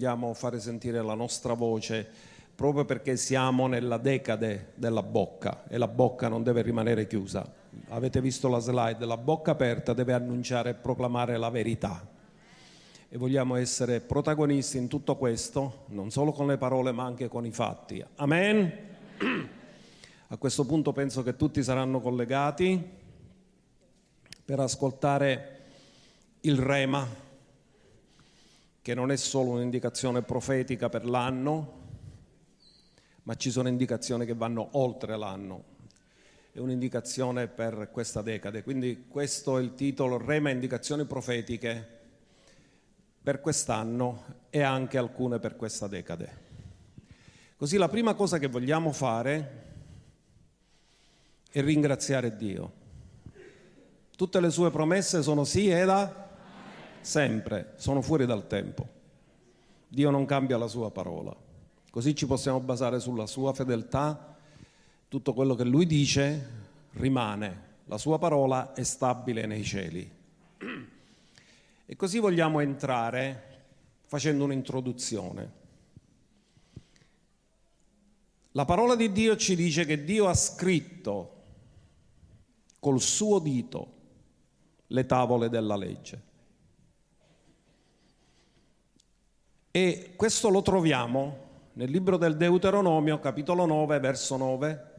vogliamo fare sentire la nostra voce proprio perché siamo nella decade della bocca e la bocca non deve rimanere chiusa. Avete visto la slide? La bocca aperta deve annunciare e proclamare la verità. E vogliamo essere protagonisti in tutto questo, non solo con le parole ma anche con i fatti. Amen? A questo punto penso che tutti saranno collegati per ascoltare il Rema, che non è solo un'indicazione profetica per l'anno, ma ci sono indicazioni che vanno oltre l'anno. È un'indicazione per questa decade. Quindi questo è il titolo, Rema, indicazioni profetiche per quest'anno e anche alcune per questa decade. Così la prima cosa che vogliamo fare è ringraziare Dio. Tutte le sue promesse sono sì e da sempre, sono fuori dal tempo. Dio non cambia la sua parola. Così ci possiamo basare sulla sua fedeltà. Tutto quello che lui dice rimane. La sua parola è stabile nei cieli. E così vogliamo entrare facendo un'introduzione. La parola di Dio ci dice che Dio ha scritto col suo dito le tavole della legge. E questo lo troviamo nel libro del Deuteronomio, capitolo 9, verso 9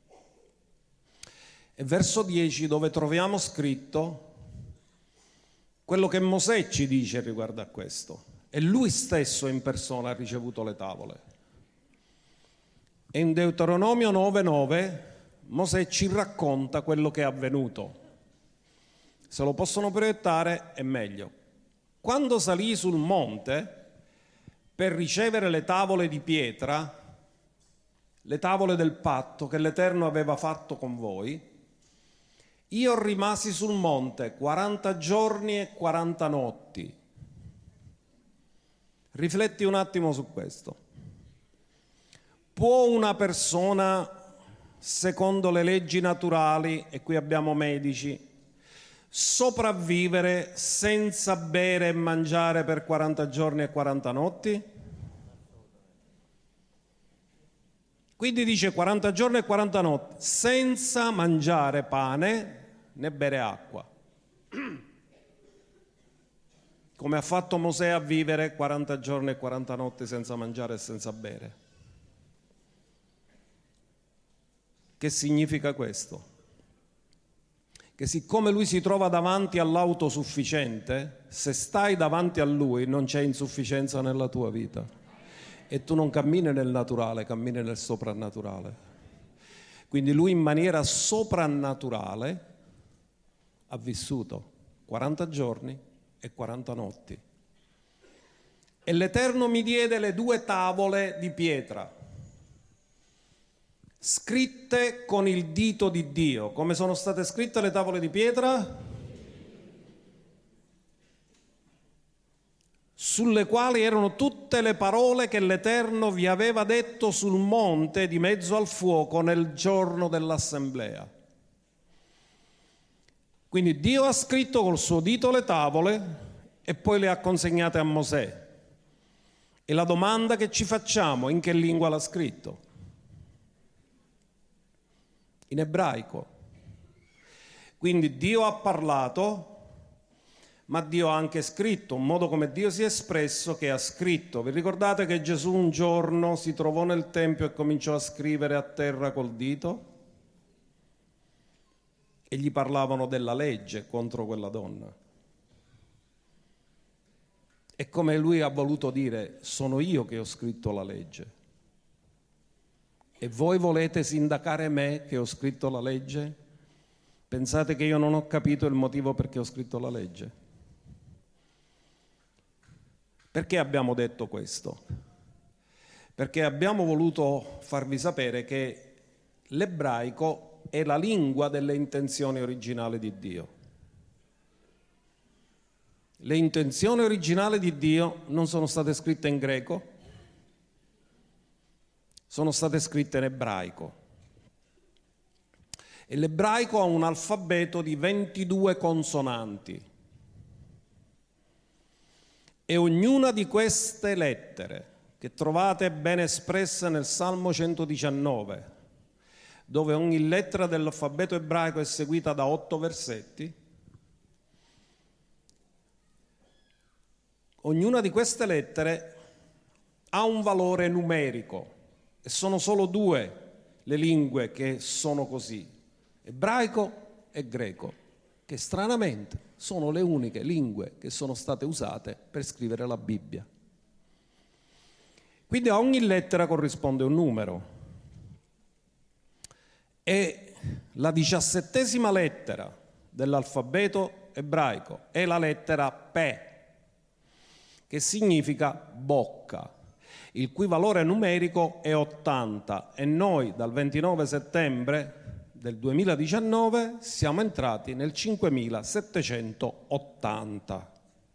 e verso 10, dove troviamo scritto quello che Mosè ci dice riguardo a questo. E lui stesso in persona ha ricevuto le tavole. E in Deuteronomio 9:9 Mosè ci racconta quello che è avvenuto. Se lo possono proiettare è meglio. Quando salì sul monte per ricevere le tavole di pietra, le tavole del patto che l'Eterno aveva fatto con voi, io rimasi sul monte 40 giorni e 40 notti. Rifletti un attimo su questo. Può una persona, secondo le leggi naturali, e qui abbiamo medici, sopravvivere senza bere e mangiare per 40 giorni e 40 notti? Quindi dice 40 giorni e 40 notti, senza mangiare pane né bere acqua. Come ha fatto Mosè a vivere 40 giorni e 40 notti senza mangiare e senza bere. Che significa questo? Che siccome lui si trova davanti all'autosufficiente, se stai davanti a lui non c'è insufficienza nella tua vita e tu non cammini nel naturale, cammini nel soprannaturale. Quindi lui in maniera soprannaturale ha vissuto 40 giorni e 40 notti. E l'Eterno mi diede le 2 tavole di pietra, scritte con il dito di Dio. Come sono state scritte le tavole di pietra? Sulle quali erano tutte le parole che l'Eterno vi aveva detto sul monte di mezzo al fuoco nel giorno dell'assemblea. Quindi Dio ha scritto col suo dito le tavole e poi le ha consegnate a Mosè. E la domanda che ci facciamo, in che lingua l'ha scritto? In ebraico. Quindi Dio ha parlato, ma Dio ha anche scritto, un modo come Dio si è espresso che ha scritto. Vi ricordate che Gesù un giorno si trovò nel Tempio e cominciò a scrivere a terra col dito? E gli parlavano della legge contro quella donna. E come lui ha voluto dire, sono io che ho scritto la legge. E voi volete sindacare me che ho scritto la legge? Pensate che io non ho capito il motivo perché ho scritto la legge? Perché abbiamo detto questo? Perché abbiamo voluto farvi sapere che l'ebraico è la lingua delle intenzioni originali di Dio. Le intenzioni originali di Dio non sono state scritte in greco, sono state scritte in ebraico. E l'ebraico ha un alfabeto di 22 consonanti. E ognuna di queste lettere, che trovate ben espresse nel Salmo 119, dove ogni lettera dell'alfabeto ebraico è seguita da 8 versetti, ognuna di queste lettere ha un valore numerico e sono solo 2 le lingue che sono così, ebraico e greco, che stranamente sono le uniche lingue che sono state usate per scrivere la Bibbia. Quindi a ogni lettera corrisponde un numero e la 17ª lettera dell'alfabeto ebraico è la lettera Pe, che significa bocca, il cui valore numerico è 80, e noi dal 29 settembre del 2019 siamo entrati nel 5780.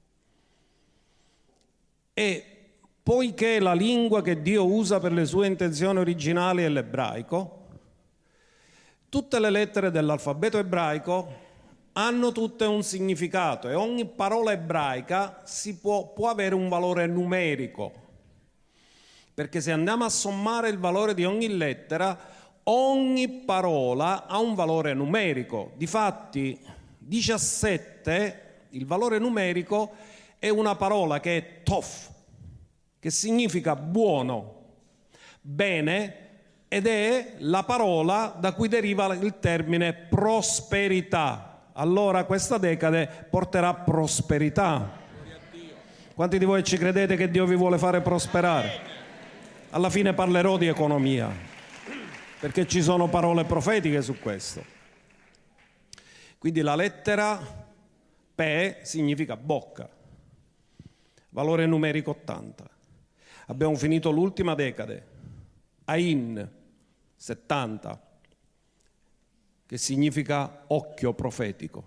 E poiché la lingua che Dio usa per le sue intenzioni originali è l'ebraico, tutte le lettere dell'alfabeto ebraico hanno tutte un significato e ogni parola ebraica può avere un valore numerico, perché se andiamo a sommare il valore di ogni lettera, ogni parola ha un valore numerico. Difatti 17, il valore numerico, è una parola che è tof, che significa buono, bene, ed è la parola da cui deriva il termine prosperità. Allora questa decade porterà prosperità. Quanti di voi ci credete che Dio vi vuole fare prosperare? Alla fine parlerò di economia, perché ci sono parole profetiche su questo. Quindi la lettera Pe significa bocca, valore numerico 80. Abbiamo finito l'ultima decade, Ain, 70, che significa occhio profetico.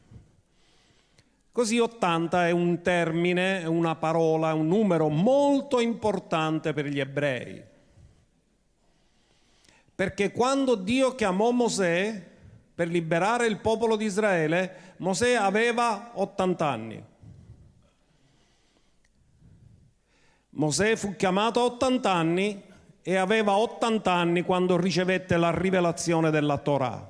Così 80 è un termine, è una parola, un numero molto importante per gli ebrei. Perché quando Dio chiamò Mosè per liberare il popolo di Israele, Mosè aveva 80 anni. Mosè fu chiamato a 80 anni e aveva 80 anni quando ricevette la rivelazione della Torah.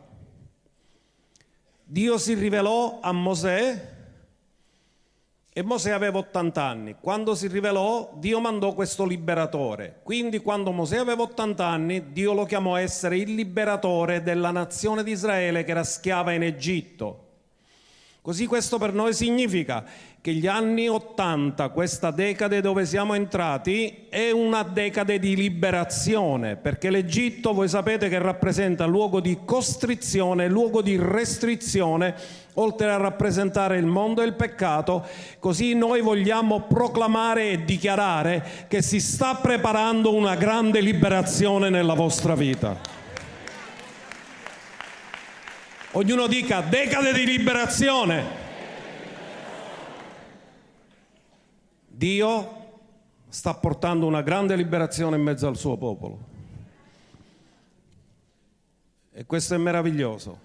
Dio si rivelò a Mosè e Mosè aveva 80 anni. Quando si rivelò, Dio mandò questo liberatore. Quindi quando Mosè aveva 80 anni, Dio lo chiamò a essere il liberatore della nazione di Israele che era schiava in Egitto. Così questo per noi significa che gli anni 80, questa decade dove siamo entrati, è una decade di liberazione, perché l'Egitto, voi sapete che rappresenta luogo di costrizione, luogo di restrizione, oltre a rappresentare il mondo e il peccato. Così noi vogliamo proclamare e dichiarare che si sta preparando una grande liberazione nella vostra vita. Ognuno dica decade di liberazione. Dio sta portando una grande liberazione in mezzo al suo popolo. E questo è meraviglioso.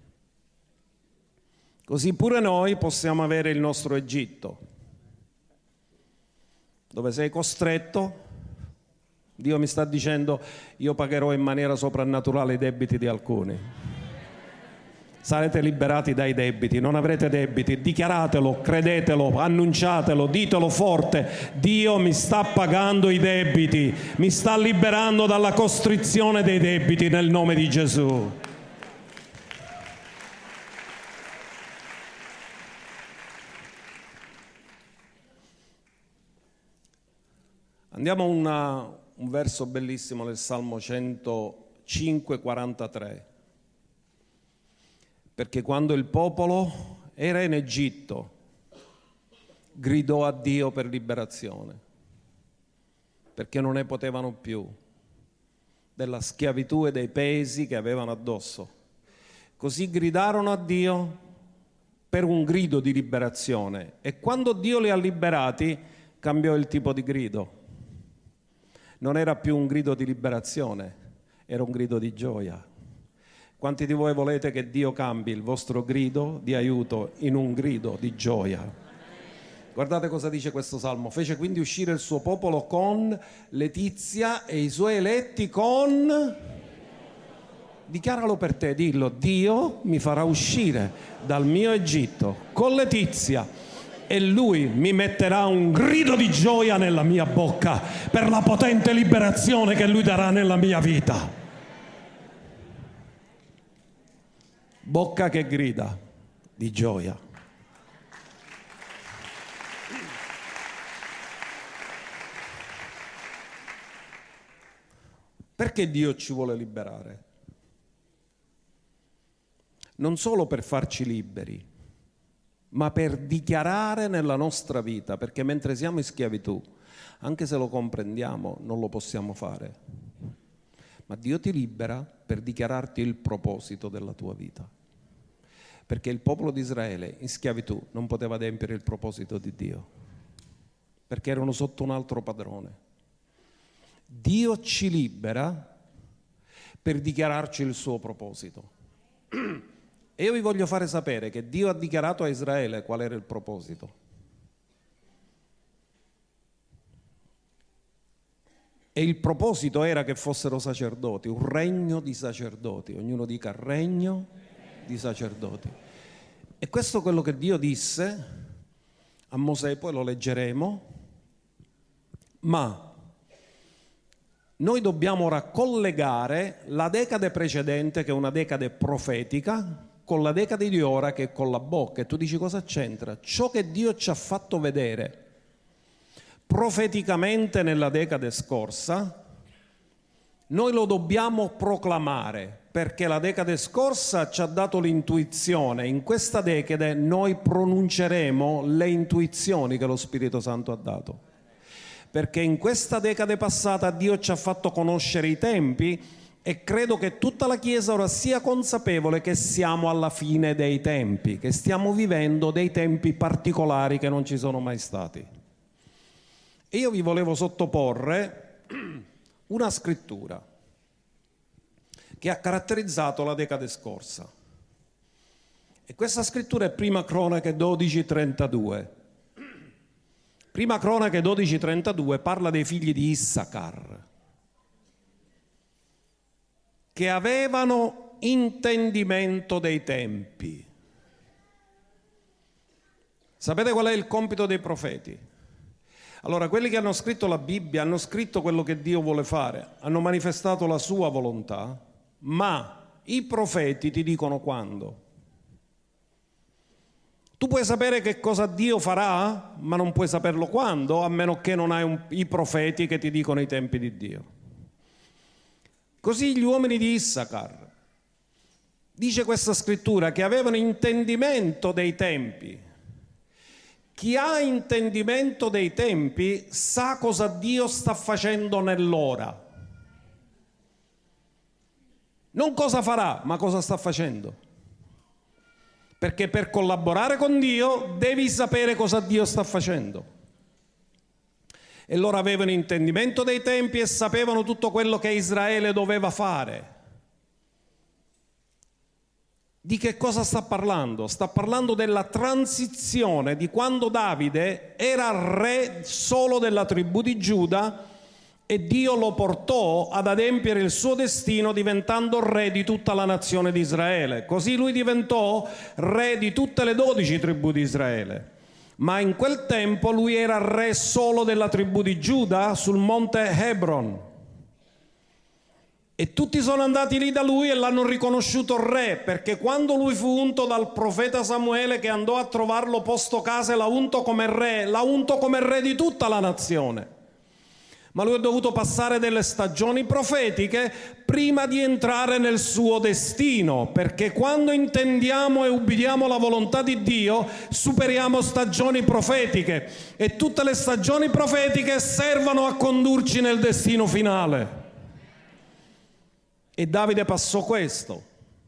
Così pure noi possiamo avere il nostro Egitto, dove sei costretto. Dio mi sta dicendo: io pagherò in maniera soprannaturale i debiti di alcuni. Sarete liberati dai debiti, non avrete debiti, dichiaratelo, credetelo, annunciatelo, ditelo forte: Dio mi sta pagando i debiti, mi sta liberando dalla costrizione dei debiti nel nome di Gesù. Andiamo a un verso bellissimo nel Salmo 105, 43. Perché quando il popolo era in Egitto, gridò a Dio per liberazione, perché non ne potevano più della schiavitù e dei pesi che avevano addosso. Così gridarono a Dio per un grido di liberazione, e quando Dio li ha liberati cambiò il tipo di grido. Non era più un grido di liberazione, era un grido di gioia. Quanti di voi volete che Dio cambi il vostro grido di aiuto in un grido di gioia? Guardate cosa dice questo salmo. Fece quindi uscire il suo popolo con letizia e i suoi eletti con... Dichiaralo per te, dillo: Dio mi farà uscire dal mio Egitto con letizia e Lui mi metterà un grido di gioia nella mia bocca per la potente liberazione che Lui darà nella mia vita. Bocca che grida di gioia. Perché Dio ci vuole liberare? Non solo per farci liberi, ma per dichiarare nella nostra vita, perché mentre siamo in schiavitù, anche se lo comprendiamo, non lo possiamo fare. Ma Dio ti libera per dichiararti il proposito della tua vita. Perché il popolo di Israele in schiavitù non poteva adempiere il proposito di Dio, perché erano sotto un altro padrone. Dio ci libera per dichiararci il suo proposito. E io vi voglio fare sapere che Dio ha dichiarato a Israele qual era il proposito. E il proposito era che fossero sacerdoti, un regno di sacerdoti. Ognuno dica: regno di sacerdoti. E questo è quello che Dio disse a Mosè, poi lo leggeremo. Ma noi dobbiamo ora collegare la decade precedente, che è una decade profetica, con la decade di ora, che è con la bocca. E tu dici: cosa c'entra? Ciò che Dio ci ha fatto vedere profeticamente nella decade scorsa, noi lo dobbiamo proclamare, perché la decade scorsa ci ha dato l'intuizione. In questa decade noi pronunceremo le intuizioni che lo Spirito Santo ha dato, perché in questa decade passata Dio ci ha fatto conoscere i tempi, e credo che tutta la Chiesa ora sia consapevole che siamo alla fine dei tempi, che stiamo vivendo dei tempi particolari che non ci sono mai stati. E io vi volevo sottoporre una scrittura che ha caratterizzato la decade scorsa. E questa scrittura è Prima Cronache 12:32. Prima Cronache 12:32 parla dei figli di Issacar, che avevano intendimento dei tempi. Sapete qual è il compito dei profeti? Allora, quelli che hanno scritto la Bibbia hanno scritto quello che Dio vuole fare, hanno manifestato la sua volontà, ma i profeti ti dicono quando. Tu puoi sapere che cosa Dio farà, ma non puoi saperlo quando, a meno che non hai i profeti che ti dicono i tempi di Dio. Così gli uomini di Issacar, dice questa scrittura, che avevano intendimento dei tempi. Chi ha intendimento dei tempi sa cosa Dio sta facendo nell'ora. Non cosa farà, ma cosa sta facendo. Perché per collaborare con Dio devi sapere cosa Dio sta facendo. E loro avevano intendimento dei tempi e sapevano tutto quello che Israele doveva fare. Di che cosa sta parlando? Sta parlando della transizione di quando Davide era re solo della tribù di Giuda e Dio lo portò ad adempiere il suo destino diventando re di tutta la nazione di Israele. Così lui diventò re di tutte le 12 tribù di Israele. Ma in quel tempo lui era re solo della tribù di Giuda sul monte Hebron. E tutti sono andati lì da lui e l'hanno riconosciuto re, perché quando lui fu unto dal profeta Samuele, che andò a trovarlo posto casa, l'ha unto come re di tutta la nazione. Ma lui ha dovuto passare delle stagioni profetiche prima di entrare nel suo destino, perché quando intendiamo e ubbidiamo la volontà di Dio superiamo stagioni profetiche, e tutte le stagioni profetiche servono a condurci nel destino finale. E Davide passò questo.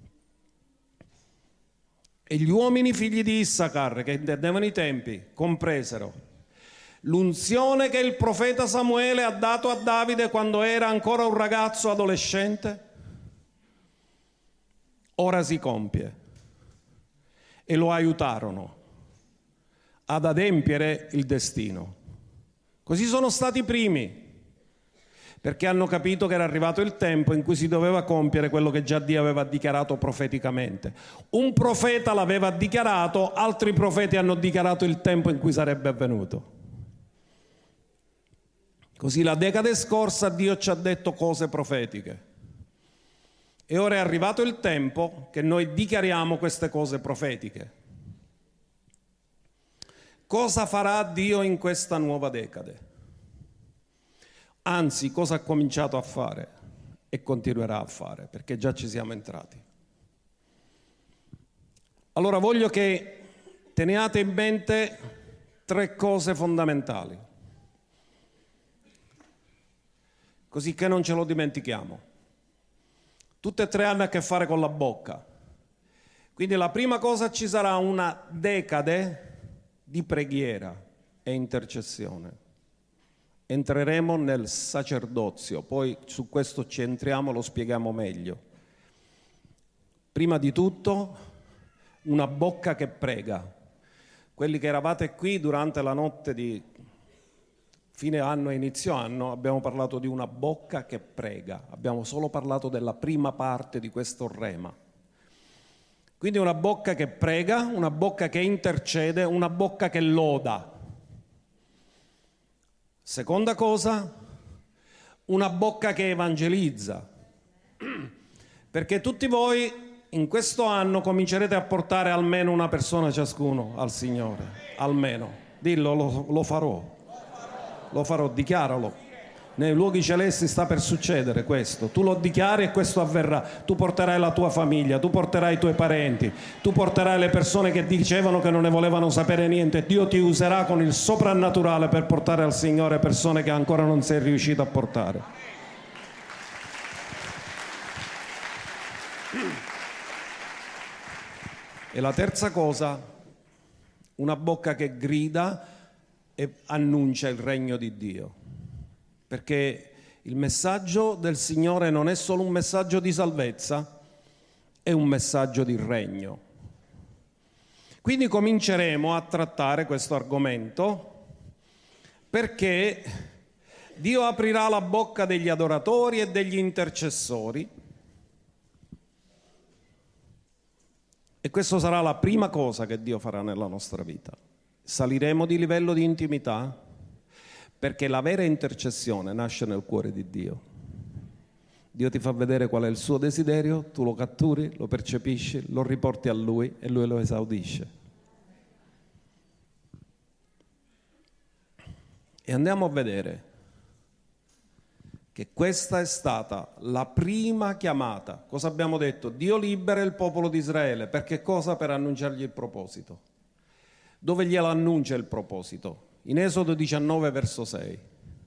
E gli uomini figli di Issacar, che intendevano i tempi, compresero l'unzione che il profeta Samuele ha dato a Davide quando era ancora un ragazzo adolescente. Ora si compie, e lo aiutarono ad adempiere il destino. Così sono stati i primi, perché hanno capito che era arrivato il tempo in cui si doveva compiere quello che già Dio aveva dichiarato profeticamente. Un profeta l'aveva dichiarato, altri profeti hanno dichiarato il tempo in cui sarebbe avvenuto. Così la decade scorsa Dio ci ha detto cose profetiche. E ora è arrivato il tempo che noi dichiariamo queste cose profetiche. Cosa farà Dio in questa nuova decade? Anzi, cosa ha cominciato a fare e continuerà a fare, perché già ci siamo entrati. Allora voglio che teniate in mente 3 cose fondamentali, così che non ce lo dimentichiamo. Tutte e 3 hanno a che fare con la bocca. Quindi la prima cosa, ci sarà una decade di preghiera e intercessione. Entreremo nel sacerdozio, poi su questo ci entriamo, lo spieghiamo meglio. Prima di tutto, una bocca che prega. Quelli che eravate qui durante la notte di fine anno e inizio anno, abbiamo parlato di una bocca che prega. Abbiamo solo parlato della prima parte di questo rema. Quindi una bocca che prega, una bocca che intercede, una bocca che loda. Seconda cosa, una bocca che evangelizza, perché tutti voi in questo anno comincerete a portare almeno una persona ciascuno al Signore, almeno. Dillo, lo farò, dichiaralo. Nei luoghi celesti sta per succedere questo. Tu lo dichiari e questo avverrà. Tu porterai la tua famiglia, tu porterai i tuoi parenti, tu porterai le persone che dicevano che non ne volevano sapere niente. Dio ti userà con il soprannaturale per portare al Signore persone che ancora non sei riuscito a portare. E la terza cosa, una bocca che grida e annuncia il regno di Dio. Perché il messaggio del Signore non è solo un messaggio di salvezza, è un messaggio di regno. Quindi cominceremo a trattare questo argomento perché Dio aprirà la bocca degli adoratori e degli intercessori e questa sarà la prima cosa che Dio farà nella nostra vita. Saliremo di livello di intimità, perché la vera intercessione nasce nel cuore di Dio. Dio ti fa vedere qual è il suo desiderio, tu lo catturi, lo percepisci, lo riporti a Lui e Lui lo esaudisce. E andiamo a vedere che questa è stata la prima chiamata. Cosa abbiamo detto? Dio libera il popolo di Israele. Per che cosa? Per annunciargli il proposito. Dove glielo annuncia il proposito? In Esodo 19, verso 6.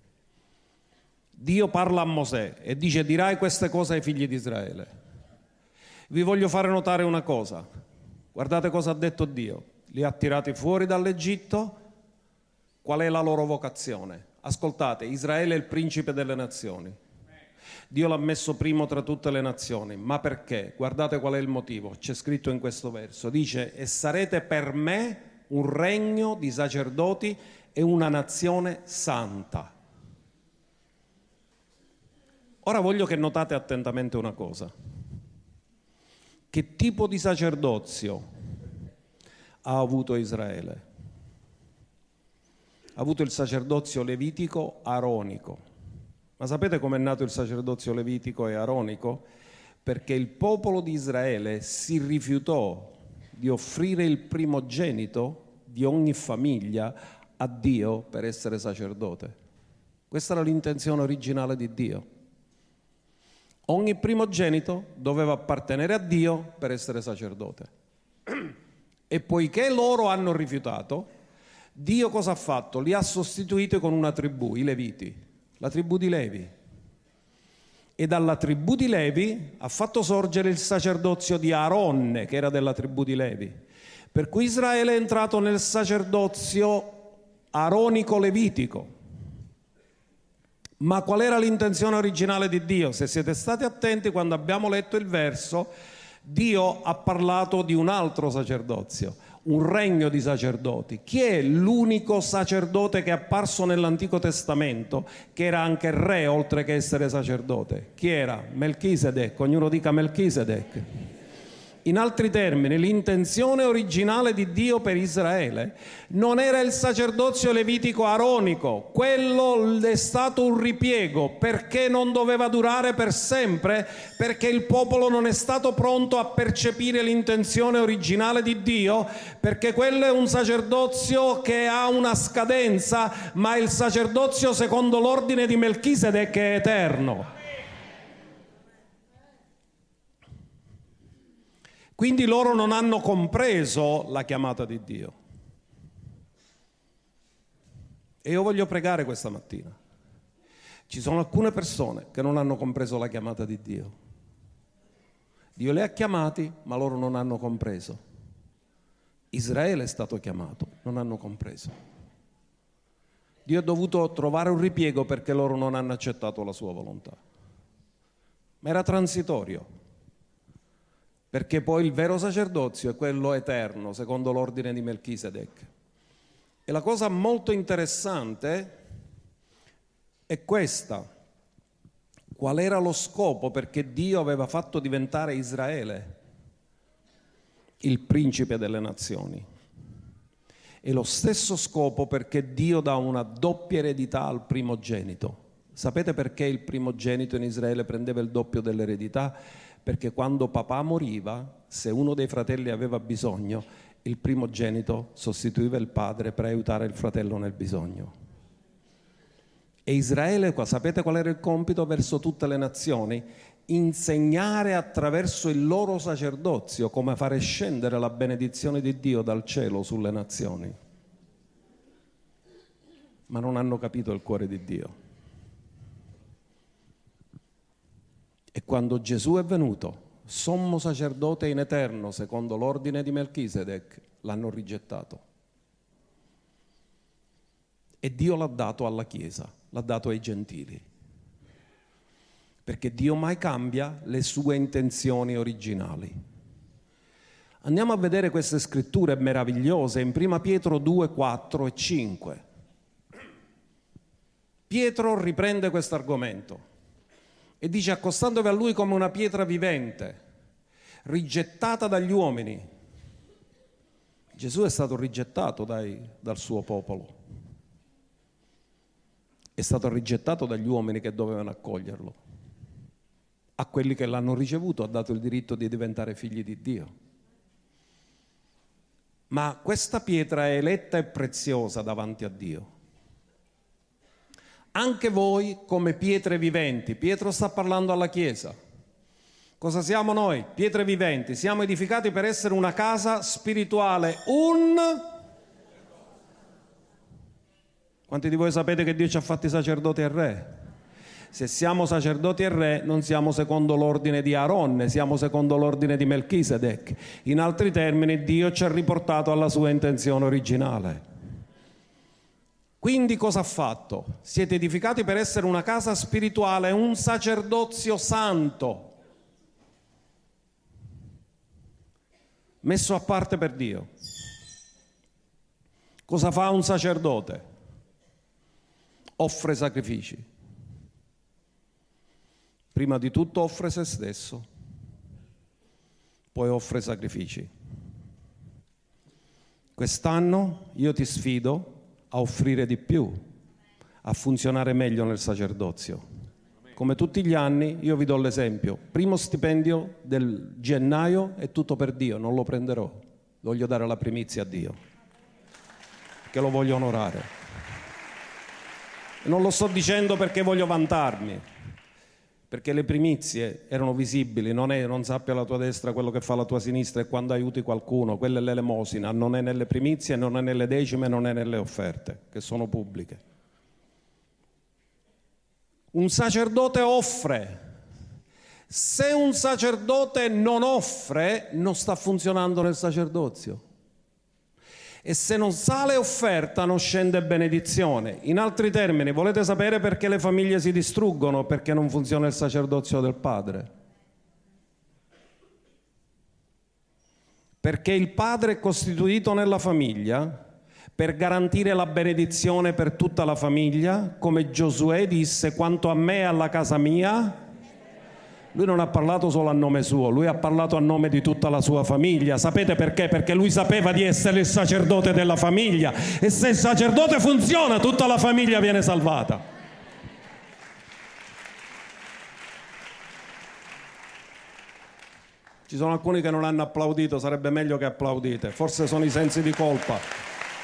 Dio parla a Mosè e dice: dirai queste cose ai figli di Israele. Vi voglio fare notare una cosa. Guardate cosa ha detto Dio. Li ha tirati fuori dall'Egitto. Qual è la loro vocazione? Ascoltate, Israele è il principe delle nazioni. Dio l'ha messo primo tra tutte le nazioni. Ma perché? Guardate qual è il motivo. C'è scritto in questo verso. Dice: e sarete per me un regno di sacerdoti e una nazione santa. Ora voglio che notate attentamente una cosa. Che tipo di sacerdozio ha avuto Israele? Ha avuto il sacerdozio levitico aronico. Ma sapete com'è nato il sacerdozio levitico e aronico? Perché il popolo di Israele si rifiutò di offrire il primogenito di ogni famiglia a Dio per essere sacerdote. Questa era l'intenzione originale di Dio. Ogni primogenito doveva appartenere a Dio per essere sacerdote. E poiché loro hanno rifiutato, Dio cosa ha fatto? Li ha sostituiti con una tribù, i Leviti, la tribù di Levi. E dalla tribù di Levi ha fatto sorgere il sacerdozio di Aaronne, che era della tribù di Levi. Per cui Israele è entrato nel sacerdozio aronico-levitico. Ma qual era l'intenzione originale di Dio? Se siete stati attenti quando abbiamo letto il verso, Dio ha parlato di un altro sacerdozio, un regno di sacerdoti. Chi è l'unico sacerdote che è apparso nell'Antico Testamento che era anche re oltre che essere sacerdote? Chi era? Melchisedec. Ognuno dica Melchisedec. In altri termini, l'intenzione originale di Dio per Israele non era il sacerdozio levitico aronico, quello è stato un ripiego. Perché non doveva durare per sempre? Perché il popolo non è stato pronto a percepire l'intenzione originale di Dio, perché quello è un sacerdozio che ha una scadenza, ma il sacerdozio secondo l'ordine di Melchisedec è eterno. Quindi loro non hanno compreso la chiamata di Dio. E io voglio pregare questa mattina. Ci sono alcune persone che non hanno compreso la chiamata di Dio. Dio li ha chiamati, ma loro non hanno compreso. Israele è stato chiamato, non hanno compreso. Dio ha dovuto trovare un ripiego perché loro non hanno accettato la sua volontà. Ma era transitorio. Perché poi il vero sacerdozio è quello eterno, secondo l'ordine di Melchisedec. E la cosa molto interessante è questa. Qual era lo scopo perché Dio aveva fatto diventare Israele il principe delle nazioni? E lo stesso scopo perché Dio dà una doppia eredità al primogenito. Sapete perché il primogenito in Israele prendeva il doppio dell'eredità? Perché quando papà moriva, se uno dei fratelli aveva bisogno, il primogenito sostituiva il padre per aiutare il fratello nel bisogno. E Israele, sapete qual era il compito verso tutte le nazioni? Insegnare attraverso il loro sacerdozio come fare scendere la benedizione di Dio dal cielo sulle nazioni. Ma non hanno capito il cuore di Dio. E quando Gesù è venuto, sommo sacerdote in eterno, secondo l'ordine di Melchisedec, l'hanno rigettato. E Dio l'ha dato alla Chiesa, l'ha dato ai gentili. Perché Dio mai cambia le sue intenzioni originali. Andiamo a vedere queste scritture meravigliose in 1 Pietro 2, 4 e 5. Pietro riprende questo argomento. E dice: accostandovi a lui come una pietra vivente, rigettata dagli uomini. Gesù è stato rigettato dal suo popolo. È stato rigettato dagli uomini che dovevano accoglierlo. A quelli che l'hanno ricevuto ha dato il diritto di diventare figli di Dio. Ma questa pietra è eletta e preziosa davanti a Dio. Anche voi come pietre viventi. Pietro sta parlando alla Chiesa. Cosa siamo noi? Pietre viventi. Siamo edificati per essere una casa spirituale. Quanti di voi sapete che Dio ci ha fatti sacerdoti e re? Se siamo sacerdoti e re non siamo secondo l'ordine di Aaron, siamo secondo l'ordine di Melchisedec. In altri termini, Dio ci ha riportato alla sua intenzione originale. Quindi cosa ha fatto? Siete edificati per essere una casa spirituale, un sacerdozio santo, messo a parte per Dio. Cosa fa un sacerdote? Offre sacrifici. Prima di tutto offre se stesso, poi offre sacrifici. Quest'anno io ti sfido a offrire di più, a funzionare meglio nel sacerdozio. Come tutti gli anni io vi do l'esempio: primo stipendio del gennaio è tutto per Dio, non lo prenderò, voglio dare la primizia a Dio, che lo voglio onorare. E non lo sto dicendo perché voglio vantarmi, perché le primizie erano visibili. Non sappia la tua destra quello che fa la tua sinistra, e quando aiuti qualcuno, quella è l'elemosina, non è nelle primizie, non è nelle decime, non è nelle offerte, che sono pubbliche. Un sacerdote offre. Se un sacerdote non offre, non sta funzionando nel sacerdozio. E se non sale offerta non scende benedizione. In altri termini, volete sapere perché le famiglie si distruggono? Perché non funziona il sacerdozio del padre. perché il padre è costituito nella famiglia per garantire la benedizione per tutta la famiglia, come Giosuè disse: quanto a me e alla casa mia. Lui non ha parlato solo a nome suo, lui ha parlato a nome di tutta la sua famiglia. Sapete perché? Perché lui sapeva di essere il sacerdote della famiglia, e se il sacerdote funziona, tutta la famiglia viene salvata. Ci sono alcuni che non hanno applaudito, sarebbe meglio che applaudite, forse sono i sensi di colpa.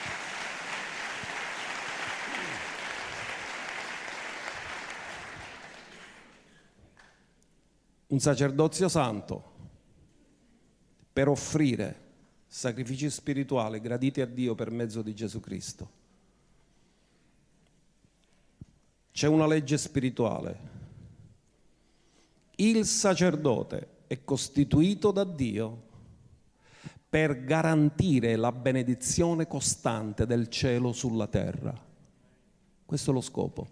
Un sacerdozio santo per offrire sacrifici spirituali graditi a Dio per mezzo di Gesù Cristo. C'è una legge spirituale. Il sacerdote è costituito da Dio per garantire la benedizione costante del cielo sulla terra. Questo è lo scopo.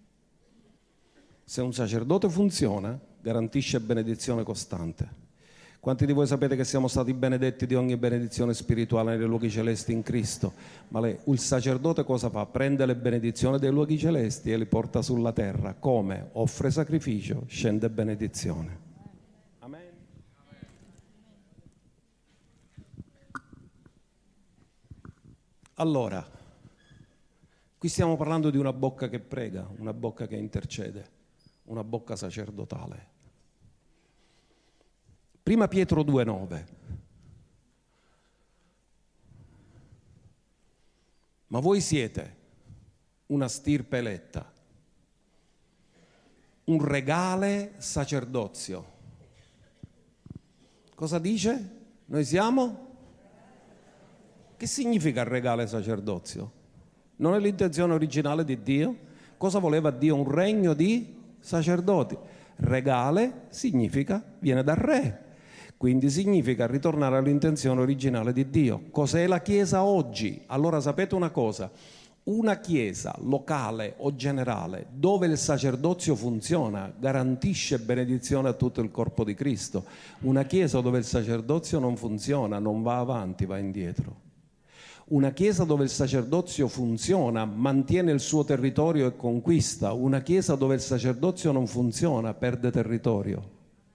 Se un sacerdote funziona, garantisce benedizione costante. Quanti di voi sapete che siamo stati benedetti di ogni benedizione spirituale nei luoghi celesti in Cristo? Ma il sacerdote cosa fa? Prende le benedizioni dei luoghi celesti e li porta sulla terra. Come? Offre sacrificio, scende benedizione. Amen. Allora, qui stiamo parlando di una bocca che prega, una bocca che intercede, una bocca sacerdotale. Prima Pietro 2,9. Ma voi siete una stirpe eletta, un regale sacerdozio. Cosa dice? Noi siamo? Che significa regale sacerdozio? Non è l'intenzione originale di Dio? Cosa voleva Dio? Un regno di sacerdoti. Regale significa, viene dal re. Quindi significa ritornare all'intenzione originale di Dio. Cos'è la Chiesa oggi? Allora sapete una cosa, una Chiesa locale o generale dove il sacerdozio funziona garantisce benedizione a tutto il corpo di Cristo. Una Chiesa dove il sacerdozio non funziona non va avanti, va indietro. Una Chiesa dove il sacerdozio funziona mantiene il suo territorio e conquista. Una Chiesa dove il sacerdozio non funziona perde territorio.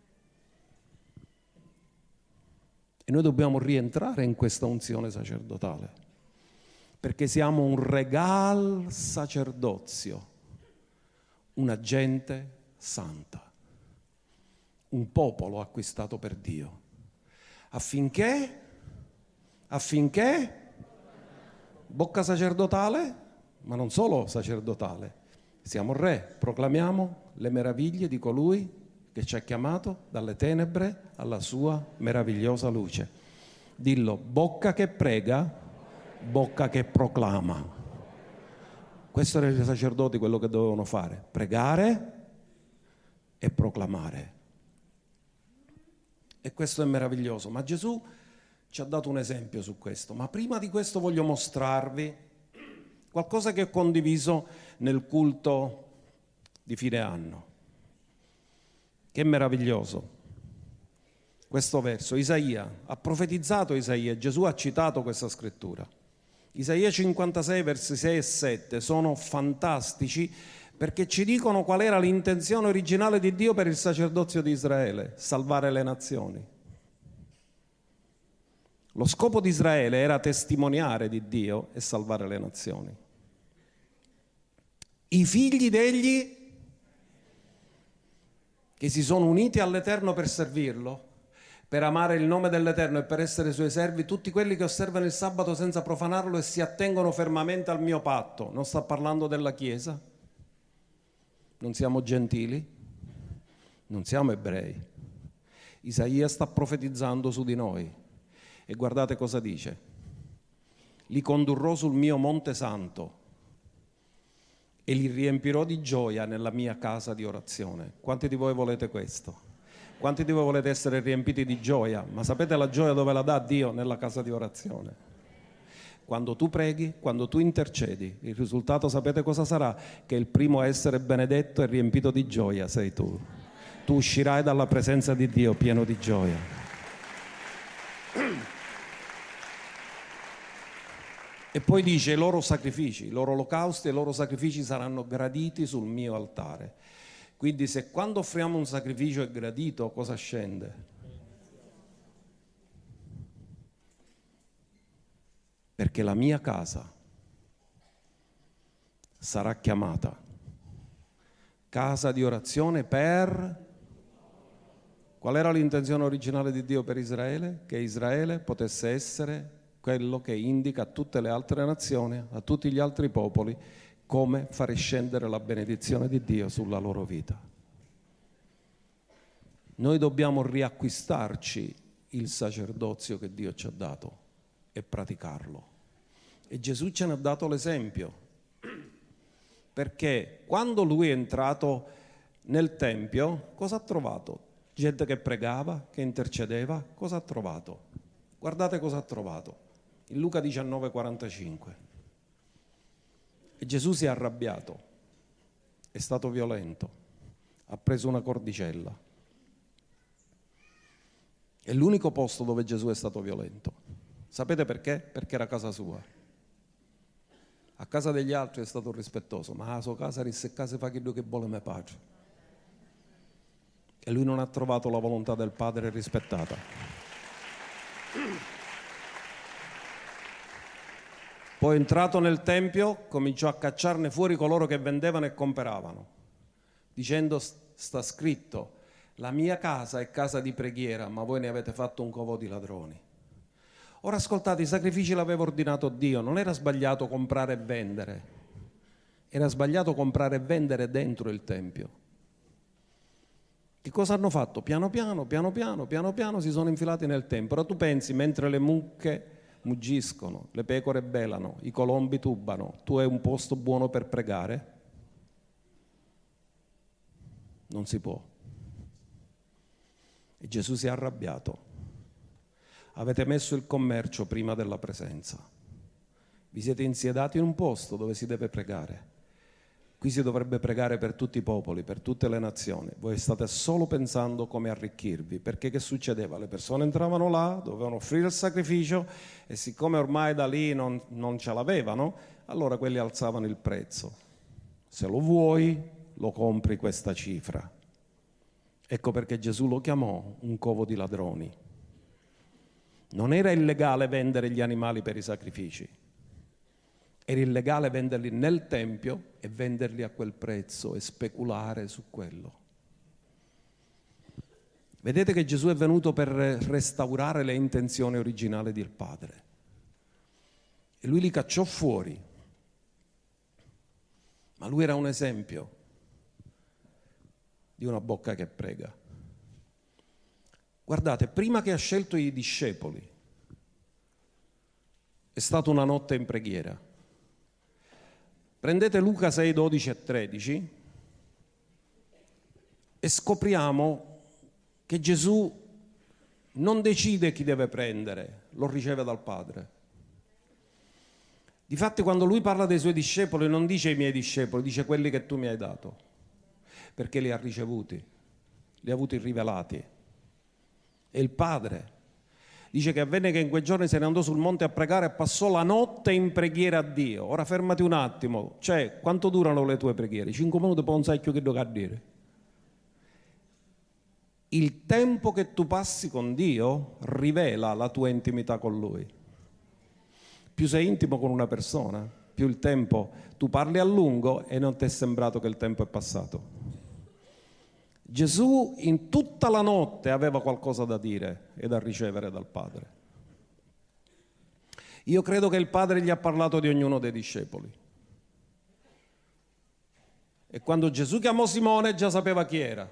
E noi dobbiamo rientrare in questa unzione sacerdotale, perché siamo un regal sacerdozio, una gente santa, un popolo acquistato per Dio, affinché bocca sacerdotale, ma non solo sacerdotale, siamo re, proclamiamo le meraviglie di colui che ci ha chiamato dalle tenebre alla sua meravigliosa luce. Dillo: bocca che prega, bocca che proclama. Questo erano i sacerdoti, quello che dovevano fare: pregare e proclamare. E questo è meraviglioso. Ma Gesù ci ha dato un esempio su questo. Ma prima di questo voglio mostrarvi qualcosa che ho condiviso nel culto di fine anno. Che meraviglioso questo verso. Isaia, ha profetizzato Isaia, Gesù ha citato questa scrittura. Isaia 56 versi 6 e 7 sono fantastici perché ci dicono qual era l'intenzione originale di Dio per il sacerdozio di Israele: salvare le nazioni. Lo scopo di Israele era testimoniare di Dio e salvare le nazioni. I figli degli che si sono uniti all'Eterno per servirlo, per amare il nome dell'Eterno e per essere suoi servi, tutti quelli che osservano il sabato senza profanarlo e si attengono fermamente al mio patto. Non sta parlando della Chiesa? Non siamo gentili? Non siamo ebrei? Isaia sta profetizzando su di noi. E guardate cosa dice: li condurrò sul mio monte santo e li riempirò di gioia nella mia casa di orazione. Quanti di voi volete questo? Quanti di voi volete essere riempiti di gioia? Ma sapete la gioia dove la dà Dio? Nella casa di orazione. Quando tu preghi, quando tu intercedi, il risultato sapete cosa sarà? Che il primo a essere benedetto e riempito di gioia sei tu. Tu uscirai dalla presenza di Dio pieno di gioia. E poi dice: i loro sacrifici, i loro olocausti e i loro sacrifici saranno graditi sul mio altare. Quindi se quando offriamo un sacrificio è gradito, cosa scende? Perché la mia casa sarà chiamata casa di orazione per... Qual era l'intenzione originale di Dio per Israele? Che Israele potesse essere quello che indica a tutte le altre nazioni, a tutti gli altri popoli, come fare scendere la benedizione di Dio sulla loro vita. Noi dobbiamo riacquistarci il sacerdozio che Dio ci ha dato e praticarlo. E Gesù ce ne ha dato l'esempio, perché quando lui è entrato nel Tempio, cosa ha trovato? Gente che pregava, che intercedeva, cosa ha trovato? Guardate cosa ha trovato, in Luca 19,45. E Gesù si è arrabbiato, è stato violento, ha preso una cordicella. È l'unico posto dove Gesù è stato violento. Sapete perché? Perché era casa sua. A casa degli altri è stato rispettoso, ma a sua casa rissecca fa quello che vuole mio padre. E lui non ha trovato la volontà del Padre rispettata. Poi entrato nel Tempio cominciò a cacciarne fuori coloro che vendevano e comperavano, dicendo: sta scritto, la mia casa è casa di preghiera, ma voi ne avete fatto un covo di ladroni. Ora ascoltate, i sacrifici l'aveva ordinato Dio, non era sbagliato comprare e vendere, era sbagliato comprare e vendere dentro il Tempio. Che cosa hanno fatto? Piano piano si sono infilati nel Tempio. Ora tu pensi, mentre le mucche muggiscono, le pecore belano, i colombi tubano, tu hai un posto buono per pregare? Non si può. E Gesù si è arrabbiato. Avete messo il commercio prima della presenza. Vi siete insiedati in un posto dove si deve pregare. Qui si dovrebbe pregare per tutti i popoli, per tutte le nazioni. Voi state solo pensando come arricchirvi, perché che succedeva? Le persone entravano là, dovevano offrire il sacrificio e siccome ormai da lì non ce l'avevano, allora quelli alzavano il prezzo. Se lo vuoi, lo compri questa cifra. Ecco perché Gesù lo chiamò un covo di ladroni. Non era illegale vendere gli animali per i sacrifici. Era illegale venderli nel Tempio e venderli a quel prezzo e speculare su quello. Vedete che Gesù è venuto per restaurare le intenzioni originali del Padre. E lui li cacciò fuori. Ma lui era un esempio di una bocca che prega. Guardate, prima che ha scelto i discepoli, è stata una notte in preghiera. Prendete Luca 6, 12 e 13 e scopriamo che Gesù non decide chi deve prendere, lo riceve dal Padre. Difatti quando lui parla dei suoi discepoli non dice i miei discepoli, dice quelli che tu mi hai dato, perché li ha ricevuti, li ha avuti rivelati. E il Padre dice che avvenne che in quei giorni se ne andò sul monte a pregare e passò la notte in preghiera a Dio. Ora fermati un attimo, cioè quanto durano le tue preghiere? 5 minuti poi non sai più che devo dire. Il tempo che tu passi con Dio rivela la tua intimità con Lui. Più sei intimo con una persona, più il tempo, tu parli a lungo e non ti è sembrato che il tempo è passato. Gesù in tutta la notte aveva qualcosa da dire e da ricevere dal Padre. Io credo che il Padre gli ha parlato di ognuno dei discepoli. E quando Gesù chiamò Simone già sapeva chi era.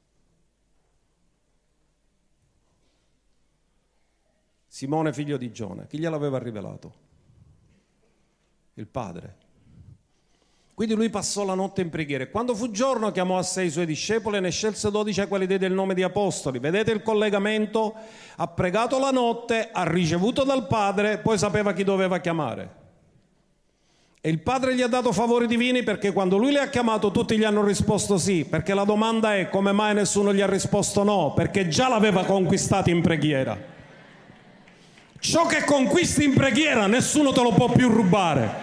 Simone figlio di Giona. Chi gliel'aveva rivelato? Il Padre. Quindi lui passò la notte in preghiera e quando fu giorno chiamò a sé i suoi discepoli e ne scelse 12 ai quali diede il nome di apostoli. Vedete il collegamento? Ha pregato la notte, ha ricevuto dal Padre, poi sapeva chi doveva chiamare. E il Padre gli ha dato favori divini perché quando lui li ha chiamato tutti gli hanno risposto sì, perché la domanda è come mai nessuno gli ha risposto no, perché già l'aveva conquistato in preghiera. Ciò che conquisti in preghiera nessuno te lo può più rubare.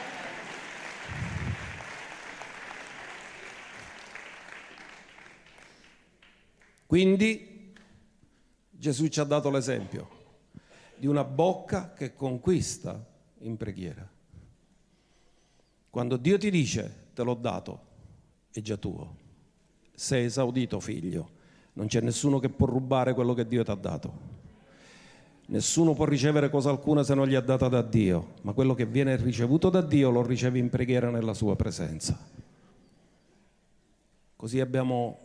Quindi Gesù ci ha dato l'esempio di una bocca che conquista in preghiera. Quando Dio ti dice te l'ho dato, è già tuo. Sei esaudito, figlio. Non c'è nessuno che può rubare quello che Dio ti ha dato. Nessuno può ricevere cosa alcuna se non gli è data da Dio, ma quello che viene ricevuto da Dio lo ricevi in preghiera nella sua presenza. Così abbiamo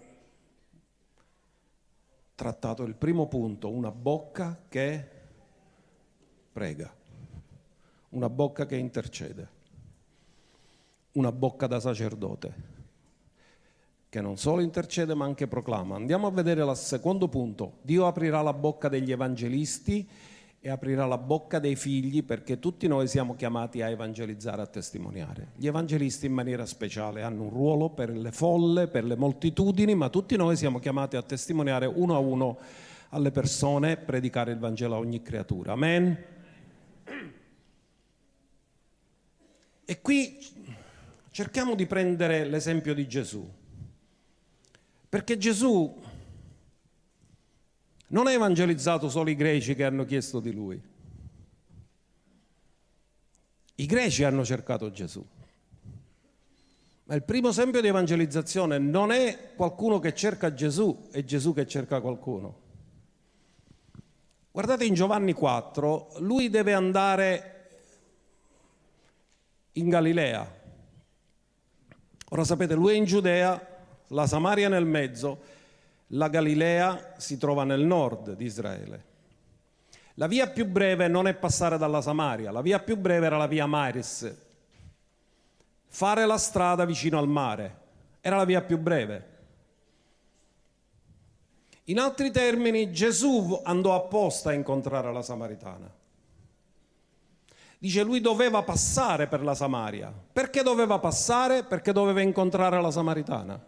trattato il primo punto, una bocca che prega, una bocca che intercede, una bocca da sacerdote, che non solo intercede ma anche proclama. Andiamo a vedere il secondo punto. Dio aprirà la bocca degli evangelisti e aprirà la bocca dei figli, perché tutti noi siamo chiamati a evangelizzare, a testimoniare. Gli evangelisti in maniera speciale hanno un ruolo per le folle, per le moltitudini, ma tutti noi siamo chiamati a testimoniare uno a uno alle persone, predicare il Vangelo a ogni creatura. Amen? E qui cerchiamo di prendere l'esempio di Gesù, perché Gesù non ha evangelizzato solo i greci che hanno chiesto di lui. I greci hanno cercato Gesù. Ma il primo esempio di evangelizzazione non è qualcuno che cerca Gesù, è Gesù che cerca qualcuno. Guardate in Giovanni 4, lui deve andare in Galilea. Ora sapete, lui è in Giudea, la Samaria nel mezzo, la Galilea si trova nel nord di Israele. La via più breve non è passare dalla Samaria, la via più breve era la via Maris. Fare la strada vicino al mare era la via più breve. In altri termini, Gesù andò apposta a incontrare la Samaritana. Dice, lui doveva passare per la Samaria. Perché doveva passare? Perché doveva incontrare la Samaritana.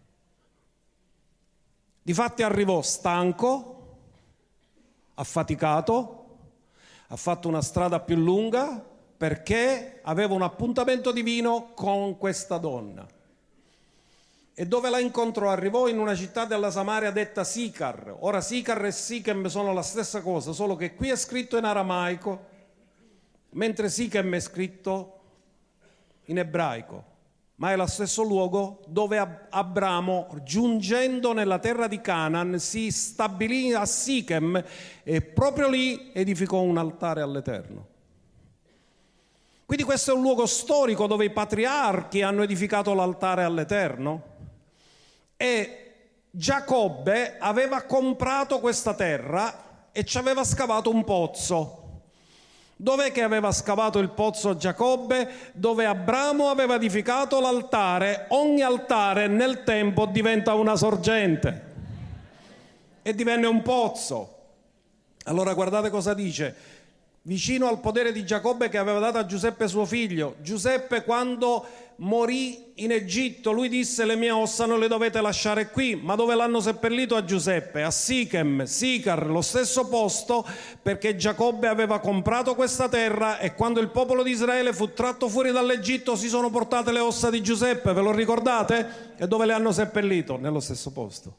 Difatti arrivò stanco, affaticato, ha fatto una strada più lunga perché aveva un appuntamento divino con questa donna. E dove la incontrò? Arrivò in una città della Samaria detta Sicar. Ora Sicar e Sichem sono la stessa cosa, solo che qui è scritto in aramaico, mentre Sichem è scritto in ebraico. Ma è lo stesso luogo dove Abramo, giungendo nella terra di Canaan, si stabilì a Sichem e proprio lì edificò un altare all'Eterno. Quindi questo è un luogo storico dove i patriarchi hanno edificato l'altare all'Eterno, e Giacobbe aveva comprato questa terra e ci aveva scavato un pozzo. Dov'è che aveva scavato il pozzo Giacobbe? Dove Abramo aveva edificato l'altare. Ogni altare nel tempo diventa una sorgente e divenne un pozzo. Allora guardate cosa dice. Vicino al podere di Giacobbe che aveva dato a Giuseppe suo figlio. Giuseppe, quando morì in Egitto, lui disse: le mie ossa non le dovete lasciare qui. Ma dove l'hanno seppellito a Giuseppe? A Sichem, Sicar, lo stesso posto, perché Giacobbe aveva comprato questa terra, e quando il popolo di Israele fu tratto fuori dall'Egitto si sono portate le ossa di Giuseppe, ve lo ricordate? E dove le hanno seppellito? Nello stesso posto.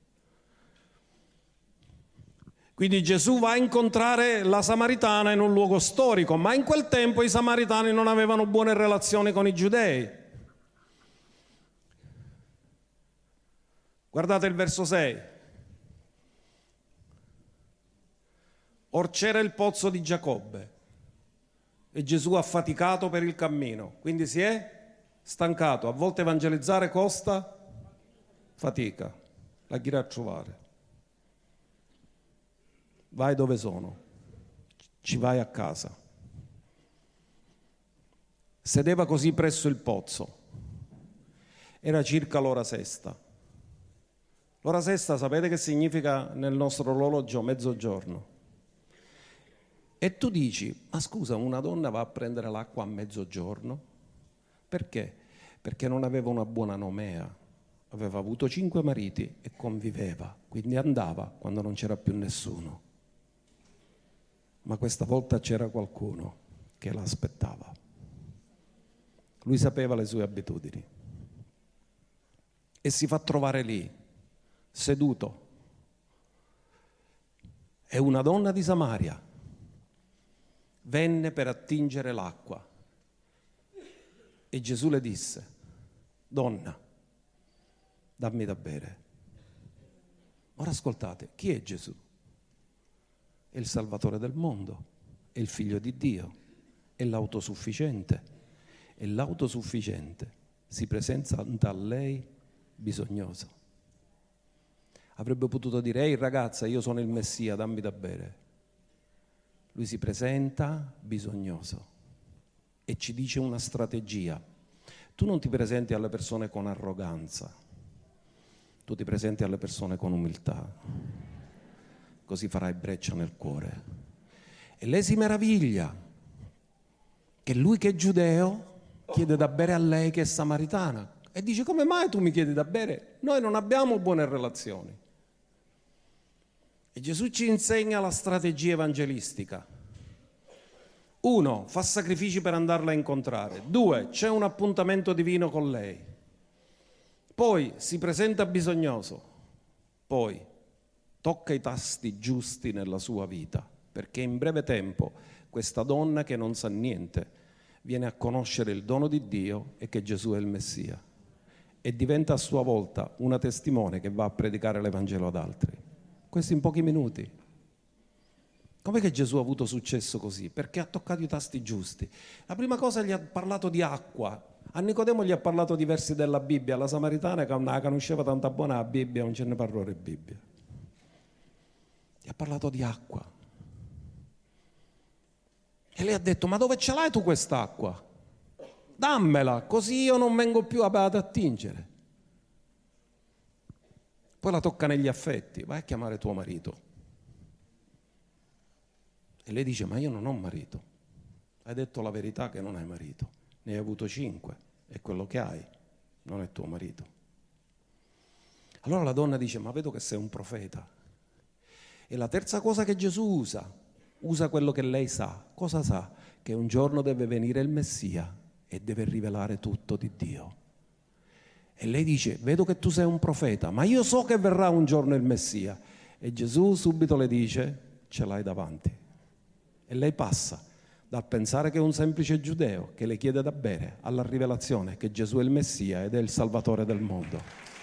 Quindi Gesù va a incontrare la Samaritana in un luogo storico, ma in quel tempo i Samaritani non avevano buone relazioni con i Giudei. Guardate il verso 6. Or c'era il pozzo di Giacobbe e Gesù affaticato per il cammino, quindi si è stancato. A volte evangelizzare costa fatica, la gira a trovare. Vai dove sono, ci vai a casa. Sedeva così presso il pozzo. Era circa l'ora sesta. L'ora sesta sapete che significa nel nostro orologio? Mezzogiorno. E tu dici, ma scusa, una donna va a prendere l'acqua a mezzogiorno? Perché? Perché non aveva una buona nomea. Aveva avuto 5 mariti e conviveva, quindi andava quando non c'era più nessuno. ma questa volta c'era qualcuno che l'aspettava. Lui sapeva le sue abitudini e si fa trovare lì, seduto. E una donna di Samaria venne per attingere l'acqua e Gesù le disse: donna, dammi da bere. Ora ascoltate, chi è Gesù? È il Salvatore del mondo, è il Figlio di Dio, è l'autosufficiente. E l'autosufficiente si presenta a lei bisognoso. Avrebbe potuto dire: ehi ragazza, io sono il Messia, dammi da bere. Lui si presenta bisognoso e ci dice una strategia. Tu non ti presenti alle persone con arroganza, tu ti presenti alle persone con umiltà, così farai breccia nel cuore. E lei si meraviglia che lui, che è giudeo, chiede da bere a lei che è samaritana, e dice: come mai tu mi chiedi da bere? Noi non abbiamo buone relazioni. E Gesù ci insegna la strategia evangelistica. 1, fa sacrifici per andarla a incontrare. 2, c'è un appuntamento divino con lei. Poi si presenta bisognoso. Poi tocca i tasti giusti nella sua vita, perché in breve tempo questa donna che non sa niente viene a conoscere il dono di Dio e che Gesù è il Messia, e diventa a sua volta una testimone che va a predicare l'Evangelo ad altri. Questo in pochi minuti. Com'è che Gesù ha avuto successo così? Perché ha toccato i tasti giusti. La prima cosa, gli ha parlato di acqua. A Nicodemo gli ha parlato di versi della Bibbia. La samaritana, che non la conosceva tanta buona la Bibbia, non ce ne parlò di Bibbia. Gli ha parlato di acqua. E lei ha detto: ma dove ce l'hai tu quest'acqua? Dammela, così io non vengo più ad attingere. Poi la tocca negli affetti: vai a chiamare tuo marito. E lei dice: ma io non ho marito. Hai detto la verità che non hai marito, ne hai avuto 5 e quello che hai non è tuo marito. Allora la donna dice: ma vedo che sei un profeta. E la terza cosa che Gesù usa quello che lei sa. Cosa sa? Che un giorno deve venire il Messia e deve rivelare tutto di Dio. E lei dice: vedo che tu sei un profeta, ma io so che verrà un giorno il Messia. E Gesù subito le dice: ce l'hai davanti. E lei passa dal pensare che è un semplice giudeo che le chiede da bere alla rivelazione che Gesù è il Messia ed è il Salvatore del mondo.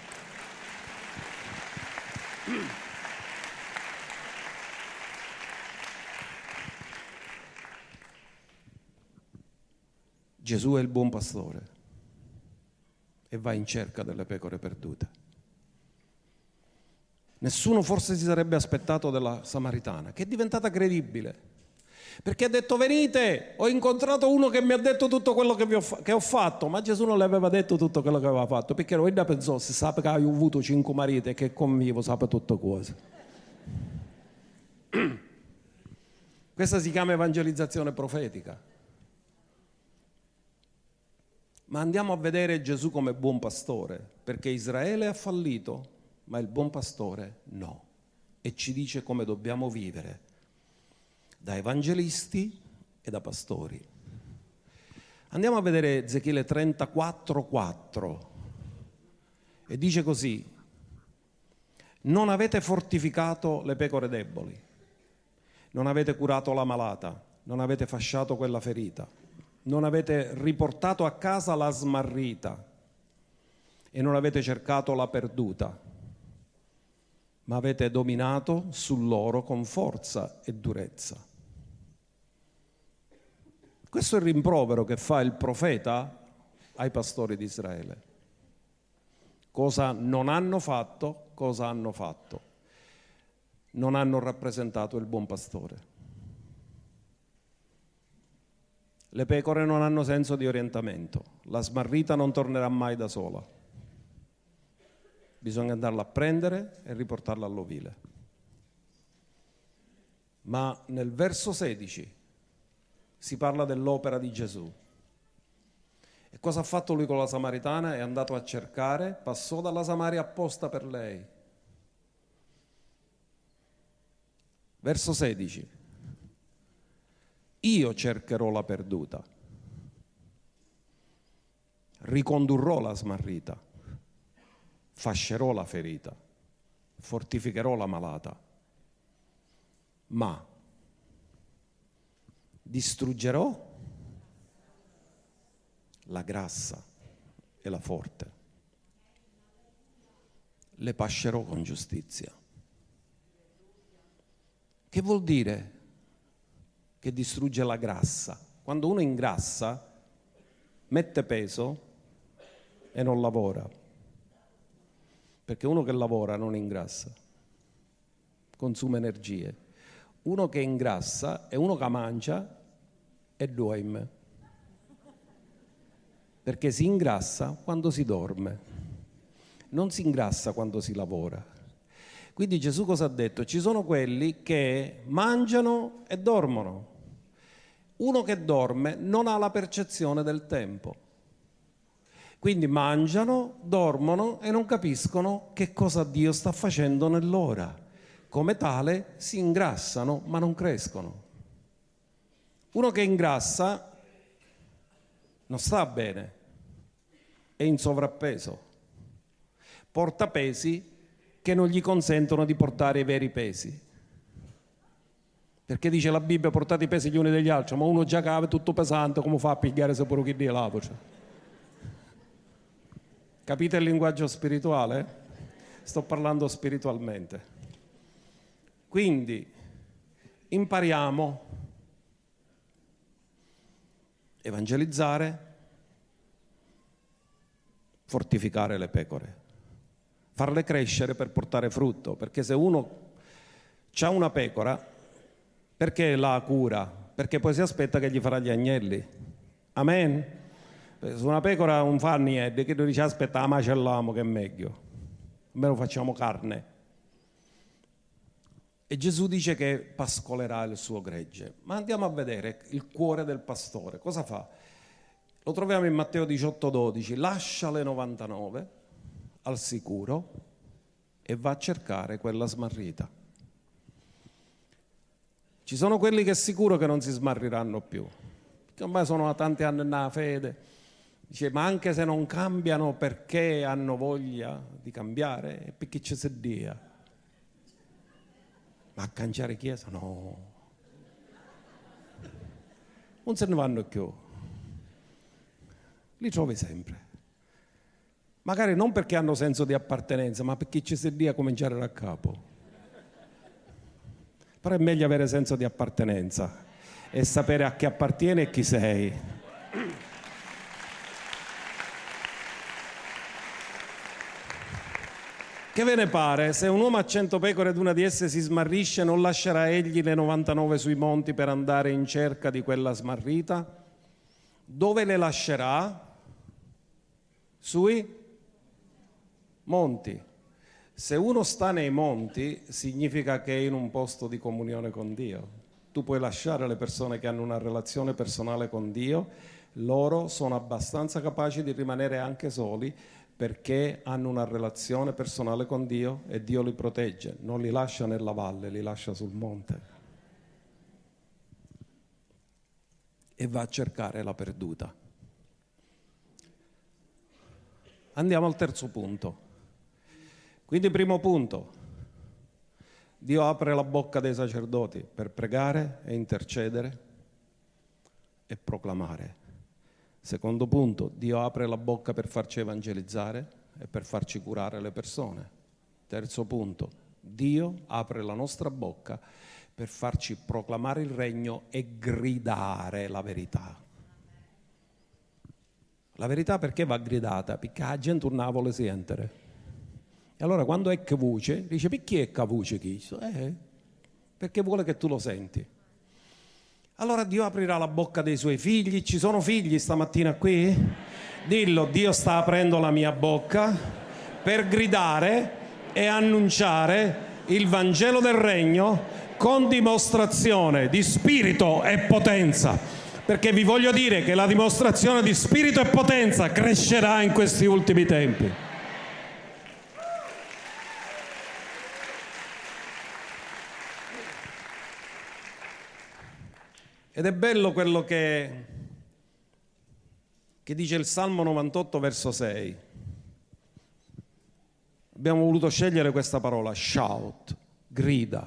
Gesù è il buon pastore e va in cerca delle pecore perdute. Nessuno forse si sarebbe aspettato della samaritana, che è diventata credibile, perché ha detto: venite, ho incontrato uno che mi ha detto tutto quello che ho fatto. Ma Gesù non le aveva detto tutto quello che aveva fatto, perché lui pensò: se sa che hai avuto 5 mariti e che convivo, sapeva tutte cose. Questa si chiama evangelizzazione profetica. Ma andiamo a vedere Gesù come buon pastore, perché Israele ha fallito, ma il buon pastore no. E ci dice come dobbiamo vivere, da evangelisti e da pastori. Andiamo a vedere Ezechiele 34,4 e dice così: non avete fortificato le pecore deboli, non avete curato la malata, non avete fasciato quella ferita, non avete riportato a casa la smarrita e non avete cercato la perduta, ma avete dominato su loro con forza e durezza. Questo è il rimprovero che fa il profeta ai pastori di Israele. Cosa non hanno fatto, cosa hanno fatto? Non hanno rappresentato il buon pastore. Le pecore non hanno senso di orientamento, la smarrita non tornerà mai da sola. Bisogna andarla a prendere e riportarla all'ovile. Ma nel verso 16 si parla dell'opera di Gesù. E cosa ha fatto lui con la samaritana? È andato a cercare, passò dalla Samaria apposta per lei. Verso 16. io cercherò la perduta, ricondurrò la smarrita, fascerò la ferita, fortificherò la malata, ma distruggerò la grassa e la forte, le pascerò con giustizia. Che vuol dire che distrugge la grassa? Quando uno ingrassa, mette peso e non lavora, perché uno che lavora non ingrassa, consuma energie. Uno che ingrassa è uno che mangia e duerme, perché si ingrassa quando si dorme, non si ingrassa quando si lavora. Quindi Gesù cosa ha detto? Ci sono quelli che mangiano e dormono. Uno che dorme non ha la percezione del tempo. Quindi mangiano, dormono e non capiscono che cosa Dio sta facendo nell'ora. Come tale si ingrassano ma non crescono. Uno che ingrassa non sta bene, è in sovrappeso, porta pesi che non gli consentono di portare i veri pesi. Perché dice la Bibbia: portate i pesi gli uni degli altri, ma uno già che è tutto pesante, come fa a pigliare se pure chi dia la voce? Capite il linguaggio spirituale? Sto parlando spiritualmente. Quindi impariamo a evangelizzare, fortificare le pecore, farle crescere per portare frutto, perché se uno ha una pecora, perché la cura? Perché poi si aspetta che gli farà gli agnelli. Amen? Se una pecora non fa niente, che dice aspetta la macelliamo che è meglio, almeno facciamo carne. E Gesù dice che pascolerà il suo gregge. Ma andiamo a vedere il cuore del pastore. Cosa fa? Lo troviamo in Matteo 18,12. Lascia le 99 al sicuro e va a cercare quella smarrita. Ci sono quelli che è sicuro che non si smarriranno più, che ormai sono da tanti anni nella fede. Dice, ma anche se non cambiano, perché hanno voglia di cambiare? E perché ci si dia? Ma a cangiare chiesa? No. Non se ne vanno più. Li trovi sempre. Magari non perché hanno senso di appartenenza, ma perché ci si dia a cominciare da capo. Però è meglio avere senso di appartenenza e sapere a chi appartieni e chi sei. Che ve ne pare? Se un uomo ha 100 pecore ed una di esse si smarrisce, non lascerà egli le 99 sui monti per andare in cerca di quella smarrita? Dove le lascerà? Sui monti. Se uno sta nei monti, significa che è in un posto di comunione con Dio. Tu puoi lasciare le persone che hanno una relazione personale con Dio, loro sono abbastanza capaci di rimanere anche soli, perché hanno una relazione personale con Dio e Dio li protegge, non li lascia nella valle, li lascia sul monte. E va a cercare la perduta. Andiamo al terzo punto. Quindi primo punto, Dio apre la bocca dei sacerdoti per pregare e intercedere e proclamare. Secondo punto, Dio apre la bocca per farci evangelizzare e per farci curare le persone. Terzo punto, Dio apre la nostra bocca per farci proclamare il regno e gridare la verità. La verità perché va gridata? Perché la gente non la vuole sentire. E allora quando è che voce, dice perché è che voce chi? Perché vuole che tu lo senti. Allora Dio aprirà la bocca dei suoi figli. Ci sono figli stamattina qui? Dillo, Dio sta aprendo la mia bocca per gridare e annunciare il Vangelo del Regno con dimostrazione di spirito e potenza. Perché vi voglio dire che la dimostrazione di spirito e potenza crescerà in questi ultimi tempi. Ed è bello quello che dice il Salmo 98, verso 6. Abbiamo voluto scegliere questa parola, shout, grida.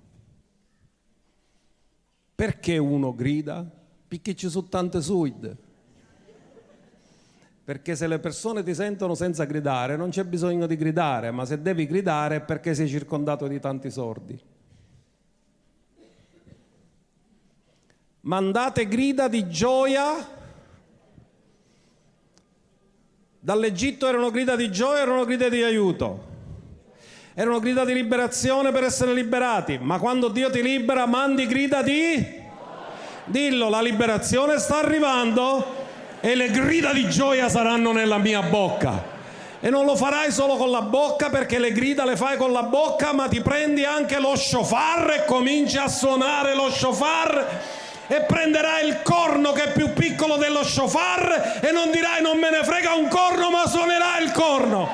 Perché uno grida? Perché ci sono tante suide. Perché se le persone ti sentono senza gridare, non c'è bisogno di gridare, ma se devi gridare è perché sei circondato di tanti sordi. Mandate grida di gioia. Dall'Egitto erano grida di gioia, erano grida di aiuto. Erano grida di liberazione per essere liberati. Ma quando Dio ti libera, mandi grida di... Dillo, la liberazione sta arrivando e le grida di gioia saranno nella mia bocca. E non lo farai solo con la bocca, perché le grida le fai con la bocca, ma ti prendi anche lo shofar e cominci a suonare lo shofar e prenderai il corno che è più piccolo dello shofar e non dirai non me ne frega un corno, ma suonerai il corno.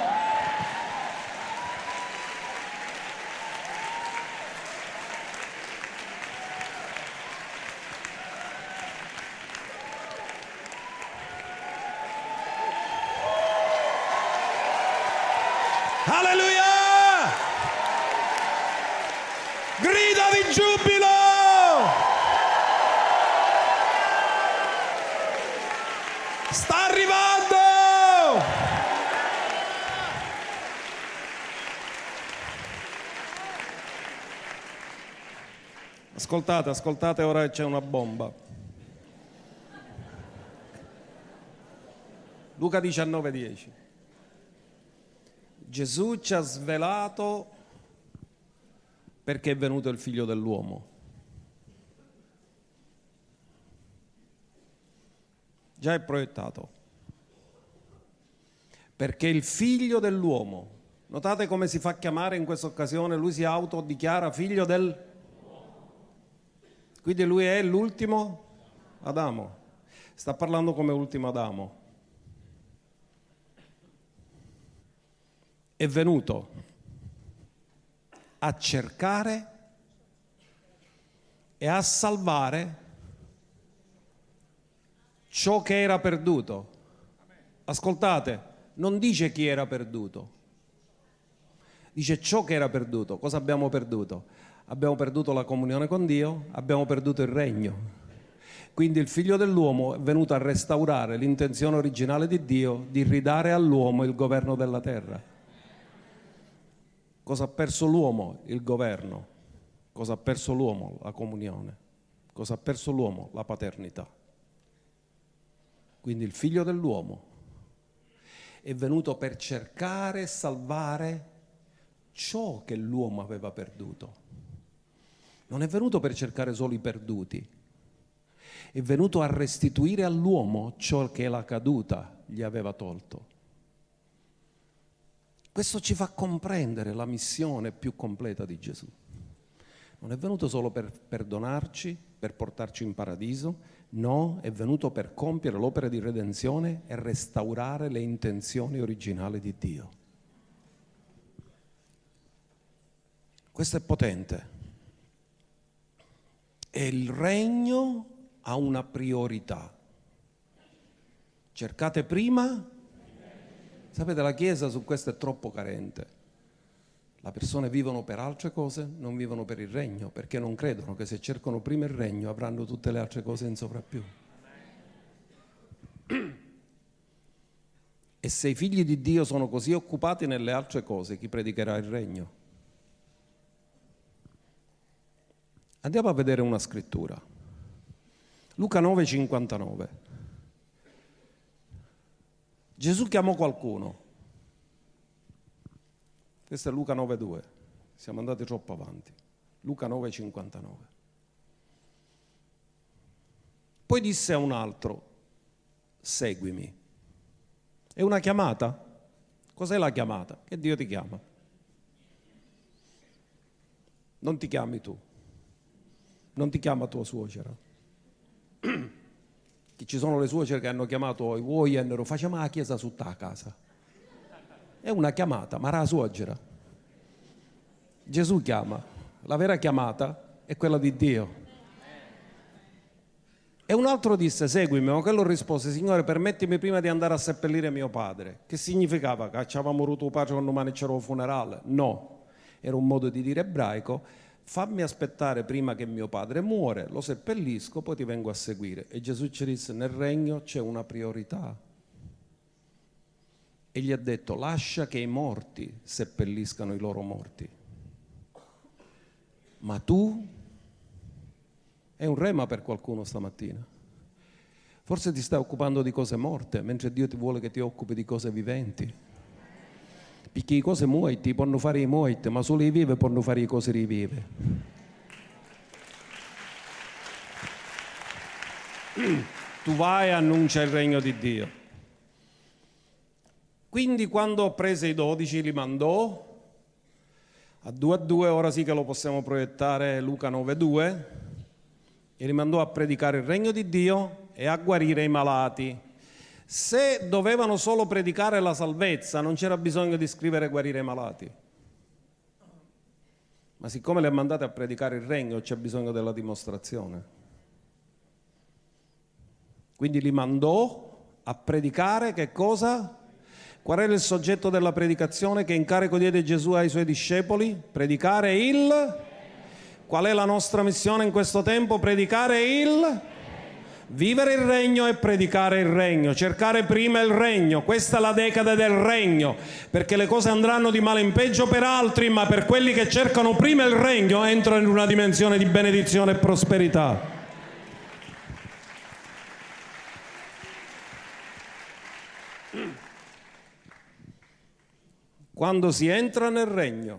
Alleluia! Grida di giubilo! Sta arrivando! Ascoltate, ascoltate, ora c'è una bomba. Luca 19:10. Gesù ci ha svelato perché è venuto il Figlio dell'uomo. Già è proiettato. Perché il Figlio dell'uomo, notate come si fa chiamare in questa occasione, lui si autodichiara Figlio del... Quindi lui è l'ultimo Adamo. Sta parlando come ultimo Adamo. È venuto a cercare e a salvare ciò che era perduto. Ascoltate, non dice chi era perduto, dice ciò che era perduto. Cosa abbiamo perduto? Abbiamo perduto la comunione con Dio, abbiamo perduto il regno. Quindi il Figlio dell'uomo è venuto a restaurare l'intenzione originale di Dio di ridare all'uomo il governo della terra. Cosa ha perso l'uomo? Il governo. Cosa ha perso l'uomo? La comunione. Cosa ha perso l'uomo? La paternità. Quindi il Figlio dell'uomo è venuto per cercare e salvare ciò che l'uomo aveva perduto. Non è venuto per cercare solo i perduti, è venuto a restituire all'uomo ciò che la caduta gli aveva tolto. Questo ci fa comprendere la missione più completa di Gesù. Non è venuto solo per perdonarci, per portarci in paradiso, no, è venuto per compiere l'opera di redenzione e restaurare le intenzioni originali di Dio. Questo è potente. E il regno ha una priorità. Cercate prima. Sapete, la Chiesa su questo è troppo carente. Le persone vivono per altre cose, non vivono per il regno, perché non credono che se cercano prima il regno avranno tutte le altre cose in sovrappiù. E se i figli di Dio sono così occupati nelle altre cose, chi predicherà il regno? Andiamo a vedere una scrittura. Luca 9,59. Gesù chiamò qualcuno. Questo è Luca 9,2. Siamo andati troppo avanti. Luca 9,59. Poi disse a un altro: seguimi. È una chiamata? Cos'è la chiamata? Che Dio ti chiama. Non ti chiami tu. Non ti chiama tua suocera. Che ci sono le suocere che hanno chiamato i vuoi e lo facciamo la chiesa sotto la casa. È una chiamata, ma era la suocera. Gesù chiama. La vera chiamata è quella di Dio. E un altro disse: seguimi. Ma quello rispose: Signore, permettimi prima di andare a seppellire mio padre. Che significava? Che avevamo avuto il padre quando domani c'era il funerale? No, era un modo di dire ebraico: fammi aspettare prima che mio padre muore, lo seppellisco, poi ti vengo a seguire. E Gesù ci disse: nel regno c'è una priorità. E gli ha detto: lascia che i morti seppelliscano i loro morti. Ma tu? È un rema per qualcuno stamattina. Forse ti stai occupando di cose morte, mentre Dio ti vuole che ti occupi di cose viventi. Perché le cose muoite possono fare i muoite, ma solo i vivi possono fare le cose rivive. Tu vai e annuncia il regno di Dio. Quindi quando prese i 12 li mandò a 2, ora sì che lo possiamo proiettare, Luca 9,2, e li mandò a predicare il regno di Dio e a guarire i malati. Se dovevano solo predicare la salvezza, non c'era bisogno di scrivere guarire i malati. Ma siccome li ha mandati a predicare il regno, c'è bisogno della dimostrazione. Quindi li mandò a predicare che cosa? Qual era il soggetto della predicazione che incarico diede Gesù ai suoi discepoli? Predicare il... Qual è la nostra missione in questo tempo? Predicare il... Vivere il regno e predicare il regno, cercare prima il regno. Questa è la decade del regno, perché le cose andranno di male in peggio per altri, ma per quelli che cercano prima il regno entrano in una dimensione di benedizione e prosperità. Quando si entra nel regno,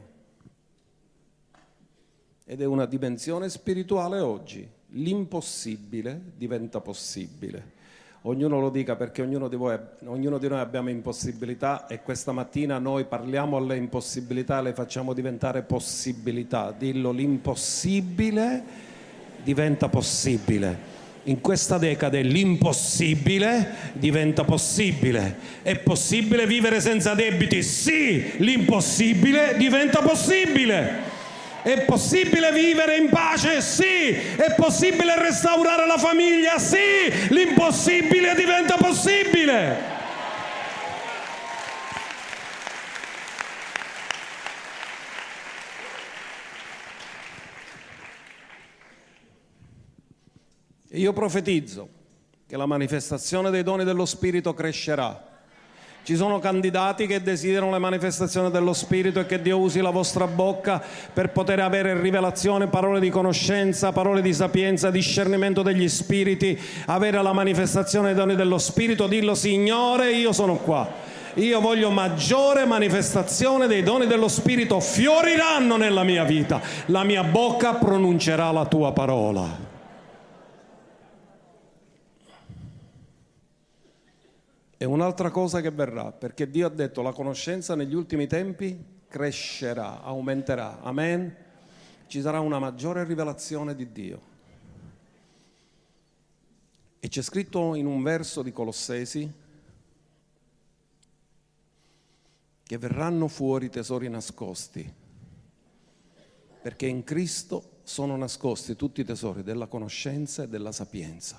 ed è una dimensione spirituale oggi, l'impossibile diventa possibile. Ognuno lo dica, perché ognuno di noi abbiamo impossibilità, e questa mattina noi parliamo alle impossibilità e le facciamo diventare possibilità. Dillo: l'impossibile diventa possibile. In questa decade l'impossibile diventa possibile. È possibile vivere senza debiti? Sì, l'impossibile diventa possibile. È possibile vivere in pace? Sì. È possibile restaurare la famiglia? Sì. L'impossibile diventa possibile. E io profetizzo che la manifestazione dei doni dello Spirito crescerà. Ci sono candidati che desiderano le manifestazioni dello Spirito e che Dio usi la vostra bocca per poter avere rivelazione, parole di conoscenza, parole di sapienza, discernimento degli spiriti, avere la manifestazione dei doni dello Spirito. Dillo: Signore, io sono qua. Io voglio maggiore manifestazione dei doni dello Spirito. Fioriranno nella mia vita. La mia bocca pronuncerà la tua parola. E un'altra cosa che verrà, perché Dio ha detto: la conoscenza negli ultimi tempi crescerà, aumenterà. Amen? Ci sarà una maggiore rivelazione di Dio. E c'è scritto in un verso di Colossesi che verranno fuori tesori nascosti, perché in Cristo sono nascosti tutti i tesori della conoscenza e della sapienza.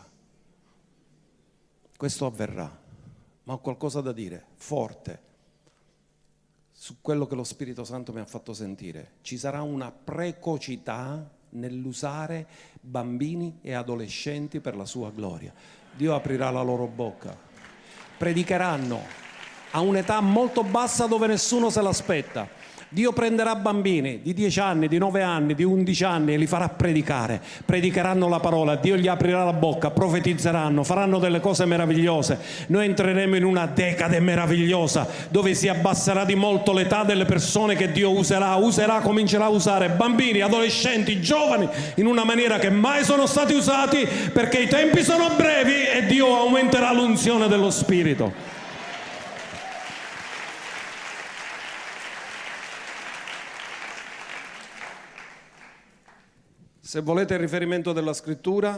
Questo avverrà. Ma ho qualcosa da dire, forte, su quello che lo Spirito Santo mi ha fatto sentire. Ci sarà una precocità nell'usare bambini e adolescenti per la sua gloria. Dio aprirà la loro bocca. Predicheranno a un'età molto bassa dove nessuno se l'aspetta. Dio prenderà bambini di 10 anni, di 9 anni, di 11 anni e li farà predicare. Predicheranno la parola, Dio gli aprirà la bocca, profetizzeranno, faranno delle cose meravigliose. Noi entreremo in una decade meravigliosa dove si abbasserà di molto l'età delle persone che Dio comincerà a usare bambini, adolescenti, giovani in una maniera che mai sono stati usati, perché i tempi sono brevi e Dio aumenterà l'unzione dello Spirito. Se volete il riferimento della scrittura,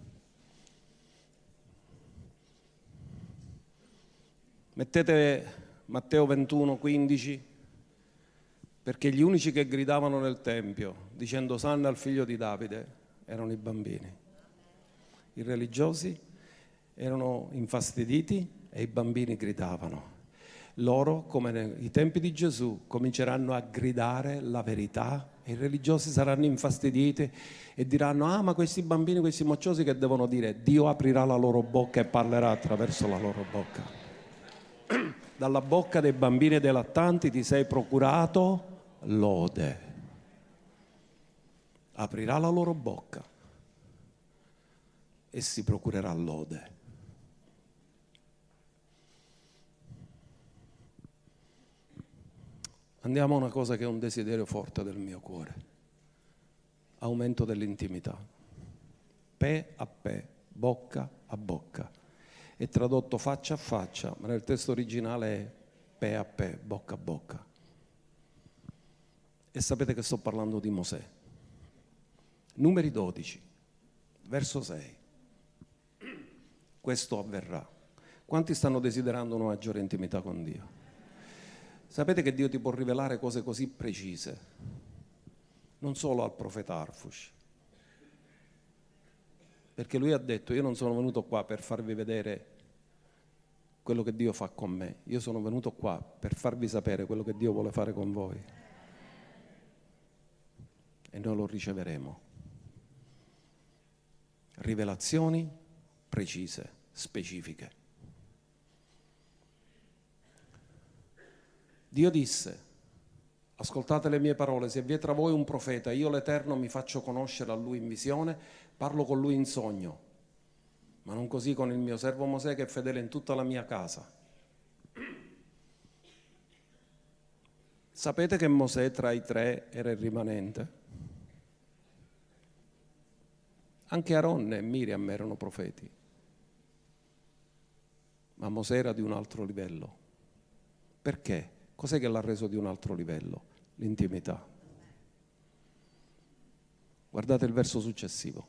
mettete Matteo 21:15, perché gli unici che gridavano nel Tempio dicendo Sanna al figlio di Davide erano i bambini. I religiosi erano infastiditi e i bambini gridavano. Loro, come nei tempi di Gesù, cominceranno a gridare la verità e i religiosi saranno infastiditi e diranno: ah, ma questi bambini, questi mocciosi che devono dire? Dio aprirà la loro bocca e parlerà attraverso la loro bocca. Dalla bocca dei bambini e dei lattanti ti sei procurato lode. Aprirà la loro bocca e si procurerà lode. Andiamo a una cosa che è un desiderio forte del mio cuore. Aumento dell'intimità. Pe a pe, bocca a bocca. È tradotto faccia a faccia, ma nel testo originale è pe a pe, bocca a bocca. E sapete che sto parlando di Mosè. Numeri 12, verso 6. Questo avverrà. Quanti stanno desiderando una maggiore intimità con Dio? Sapete che Dio ti può rivelare cose così precise, non solo al profeta Arfush, perché lui ha detto: io non sono venuto qua per farvi vedere quello che Dio fa con me, io sono venuto qua per farvi sapere quello che Dio vuole fare con voi, e noi lo riceveremo. Rivelazioni precise, specifiche. Dio disse: ascoltate le mie parole, se vi è tra voi un profeta, io l'Eterno mi faccio conoscere a lui in visione, parlo con lui in sogno, ma non così con il mio servo Mosè, che è fedele in tutta la mia casa. Sapete che Mosè tra i tre era il rimanente? Anche Aronne e Miriam erano profeti, ma Mosè era di un altro livello. Perché? Cos'è che l'ha reso di un altro livello? L'intimità. Guardate il verso successivo.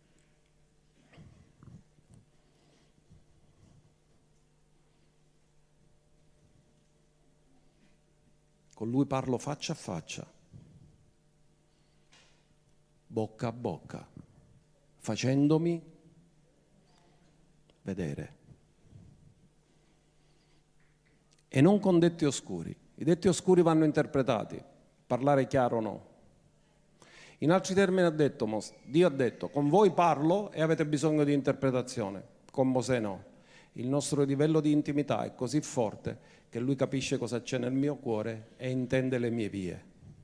Con lui parlo faccia a faccia, bocca a bocca, facendomi vedere. E non con detti oscuri. I detti oscuri vanno interpretati, parlare chiaro no. In altri termini Dio ha detto: con voi parlo e avete bisogno di interpretazione, con Mosè no. Il nostro livello di intimità è così forte che lui capisce cosa c'è nel mio cuore e intende le mie vie.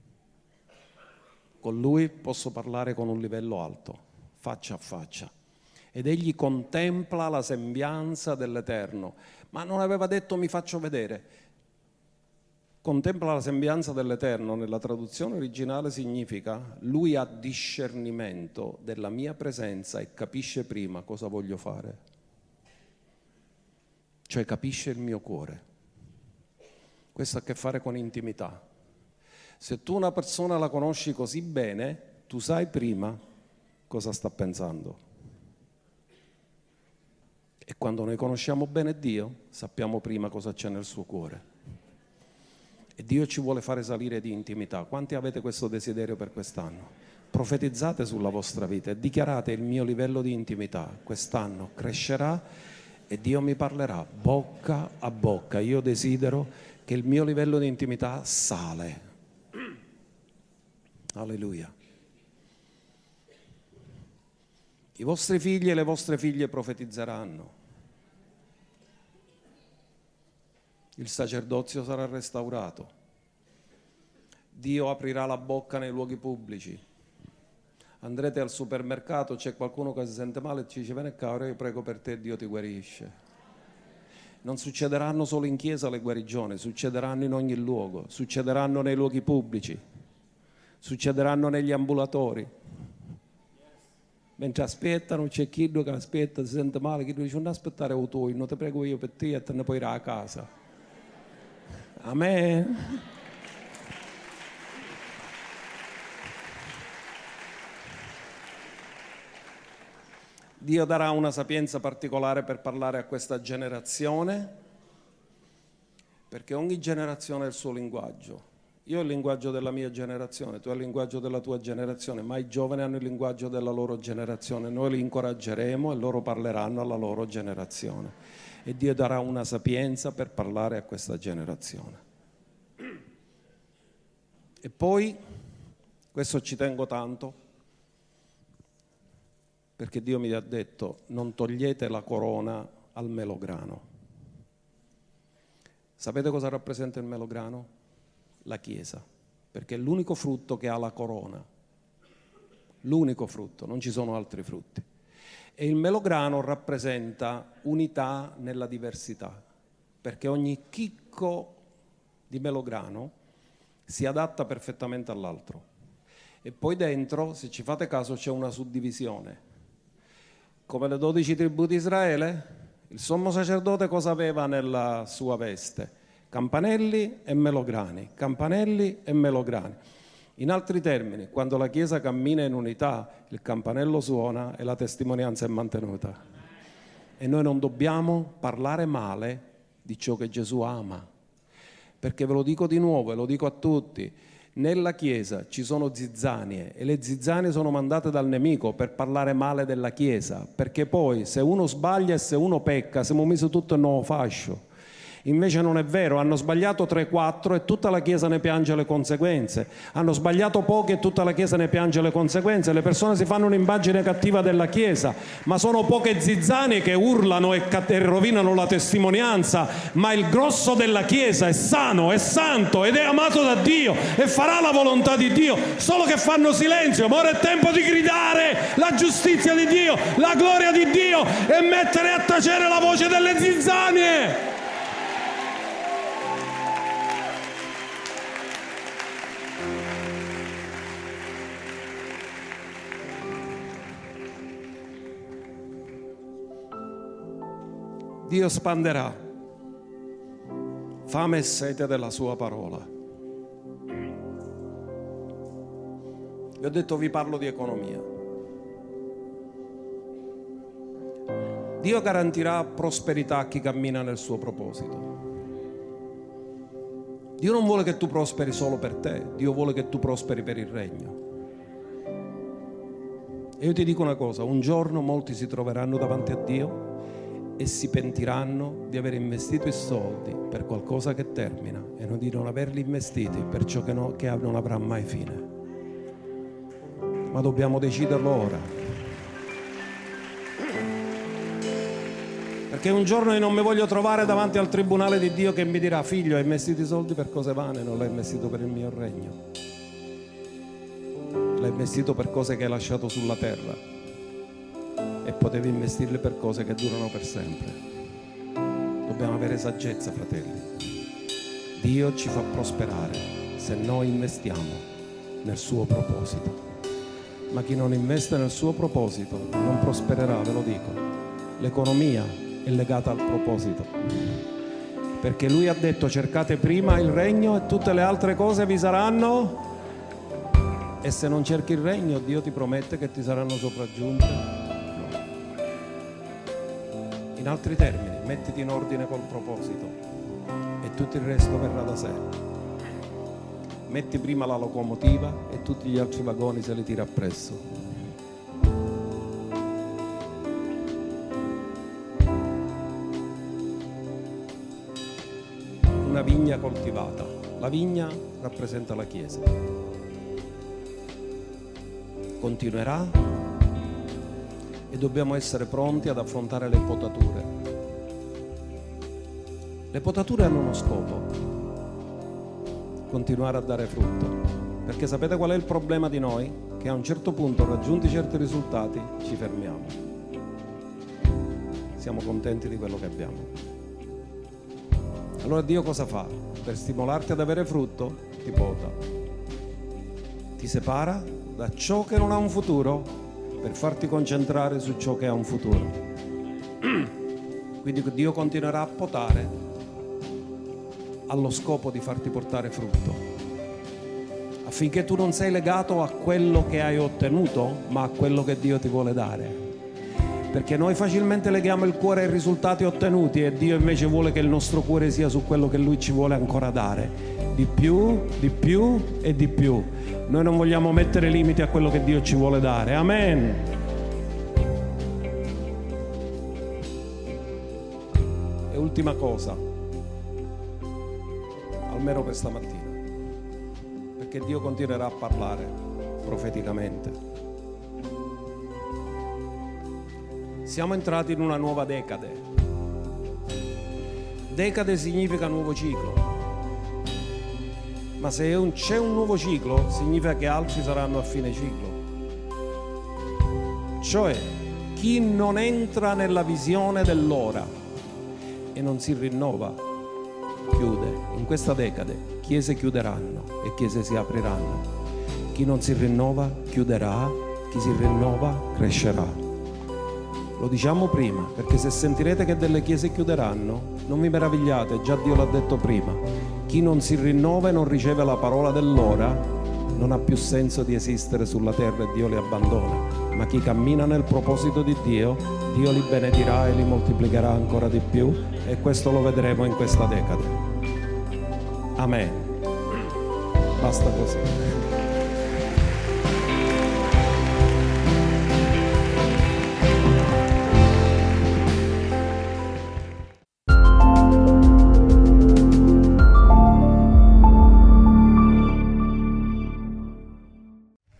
Con lui posso parlare con un livello alto, faccia a faccia. Ed egli contempla la sembianza dell'Eterno. Ma non aveva detto mi faccio vedere. Contempla la sembianza dell'Eterno, nella traduzione originale significa: lui ha discernimento della mia presenza e capisce prima cosa voglio fare. Cioè capisce il mio cuore. Questo ha a che fare con intimità. Se tu una persona la conosci così bene, tu sai prima cosa sta pensando. E quando noi conosciamo bene Dio, sappiamo prima cosa c'è nel suo cuore. E Dio ci vuole fare salire di intimità. Quanti avete questo desiderio per quest'anno? Profetizzate sulla vostra vita e dichiarate: il mio livello di intimità quest'anno crescerà e Dio mi parlerà bocca a bocca. Io desidero che il mio livello di intimità sale. Alleluia. I vostri figli e le vostre figlie profetizzeranno. Il sacerdozio sarà restaurato. Dio aprirà la bocca nei luoghi pubblici. Andrete al supermercato, c'è qualcuno che si sente male e ci dice: vieni qua, io prego per te, Dio ti guarisce. Non succederanno solo in chiesa le guarigioni, succederanno in ogni luogo, succederanno nei luoghi pubblici, succederanno negli ambulatori. Mentre aspettano, c'è chi che aspetta, si sente male, chi dice: non aspettare il tuo, non ti prego io per te e te ne puoi ir a casa. Amen. Dio darà una sapienza particolare per parlare a questa generazione, perché ogni generazione ha il suo linguaggio. Io ho il linguaggio della mia generazione, tu hai il linguaggio della tua generazione, ma i giovani hanno il linguaggio della loro generazione. Noi li incoraggeremo e loro parleranno alla loro generazione. E Dio darà una sapienza per parlare a questa generazione. E poi, questo ci tengo tanto, perché Dio mi ha detto: non togliete la corona al melograno. Sapete cosa rappresenta il melograno? La Chiesa, perché è l'unico frutto che ha la corona, l'unico frutto, non ci sono altri frutti. E il melograno rappresenta unità nella diversità, perché ogni chicco di melograno si adatta perfettamente all'altro. E poi dentro, se ci fate caso, c'è una suddivisione. Come le 12 tribù di Israele, il sommo sacerdote cosa aveva nella sua veste? Campanelli e melograni, campanelli e melograni. In altri termini, quando la Chiesa cammina in unità, il campanello suona e la testimonianza è mantenuta. E noi non dobbiamo parlare male di ciò che Gesù ama, perché ve lo dico di nuovo e lo dico a tutti: nella Chiesa ci sono zizzanie e le zizzanie sono mandate dal nemico per parlare male della Chiesa, perché poi se uno sbaglia e se uno pecca siamo messi tutto in nuovo fascio. Invece non è vero, hanno sbagliato 3-4 e tutta la Chiesa ne piange le conseguenze, hanno sbagliato pochi e tutta la Chiesa ne piange le conseguenze, le persone si fanno un'immagine cattiva della Chiesa, ma sono poche zizzanie che urlano e rovinano la testimonianza, ma il grosso della Chiesa è sano, è santo ed è amato da Dio e farà la volontà di Dio, solo che fanno silenzio. Ma ora è tempo di gridare la giustizia di Dio, la gloria di Dio e mettere a tacere la voce delle zizzanie. Dio spanderà fame e sete della sua parola. Vi ho detto, vi parlo di economia. Dio garantirà prosperità a chi cammina nel suo proposito. Dio non vuole che tu prosperi solo per te, Dio vuole che tu prosperi per il regno. E io ti dico una cosa: un giorno molti si troveranno davanti a Dio e si pentiranno di aver investito i soldi per qualcosa che termina e non di non averli investiti per ciò che non avrà mai fine. Ma dobbiamo deciderlo ora, perché un giorno io non mi voglio trovare davanti al tribunale di Dio che mi dirà: figlio, hai investito i soldi per cose vane, non l'hai investito per il mio regno, l'hai investito per cose che hai lasciato sulla terra e potevi investirle per cose che durano per sempre. Dobbiamo avere saggezza, fratelli. Dio ci fa prosperare se noi investiamo nel suo proposito, ma chi non investe nel suo proposito non prospererà, ve lo dico. L'economia è legata al proposito, perché lui ha detto: cercate prima il regno e tutte le altre cose vi saranno. E se non cerchi il regno, Dio ti promette che ti saranno sopraggiunte. In altri termini, mettiti in ordine col proposito e tutto il resto verrà da sé. Metti prima la locomotiva e tutti gli altri vagoni se li tira appresso. Una vigna coltivata. La vigna rappresenta la Chiesa. Continuerà. E dobbiamo essere pronti ad affrontare le potature. Le potature hanno uno scopo: continuare a dare frutto. Perché sapete qual è il problema di noi? Che a un certo punto, raggiunti certi risultati, ci fermiamo. Siamo contenti di quello che abbiamo. Allora Dio cosa fa? Per stimolarti ad avere frutto, ti pota. Ti separa da ciò che non ha un futuro per farti concentrare su ciò che ha un futuro. Quindi Dio continuerà a potare allo scopo di farti portare frutto, affinché tu non sei legato a quello che hai ottenuto, ma a quello che Dio ti vuole dare. perché noi facilmente leghiamo il cuore ai risultati ottenuti e Dio invece vuole che il nostro cuore sia su quello che Lui ci vuole ancora dare, di più e di più. Noi non vogliamo mettere limiti a quello che Dio ci vuole dare. Amen. E ultima cosa, almeno per stamattina, perché Dio continuerà a parlare profeticamente. Siamo entrati in una nuova decade. Decade significa nuovo ciclo. Ma se c'è un nuovo ciclo, significa che altri saranno a fine ciclo. Cioè, chi non entra nella visione dell'ora e non si rinnova, chiude. In questa decade chiese chiuderanno e chiese si apriranno. Chi non si rinnova, chiuderà. Chi si rinnova, crescerà. Lo diciamo prima, perché se sentirete che delle chiese chiuderanno, non vi meravigliate, già Dio l'ha detto prima. Chi non si rinnova e non riceve la parola dell'ora, non ha più senso di esistere sulla terra e Dio li abbandona. Ma chi cammina nel proposito di Dio, Dio li benedirà e li moltiplicherà ancora di più, e questo lo vedremo in questa decade. Amen. Basta così.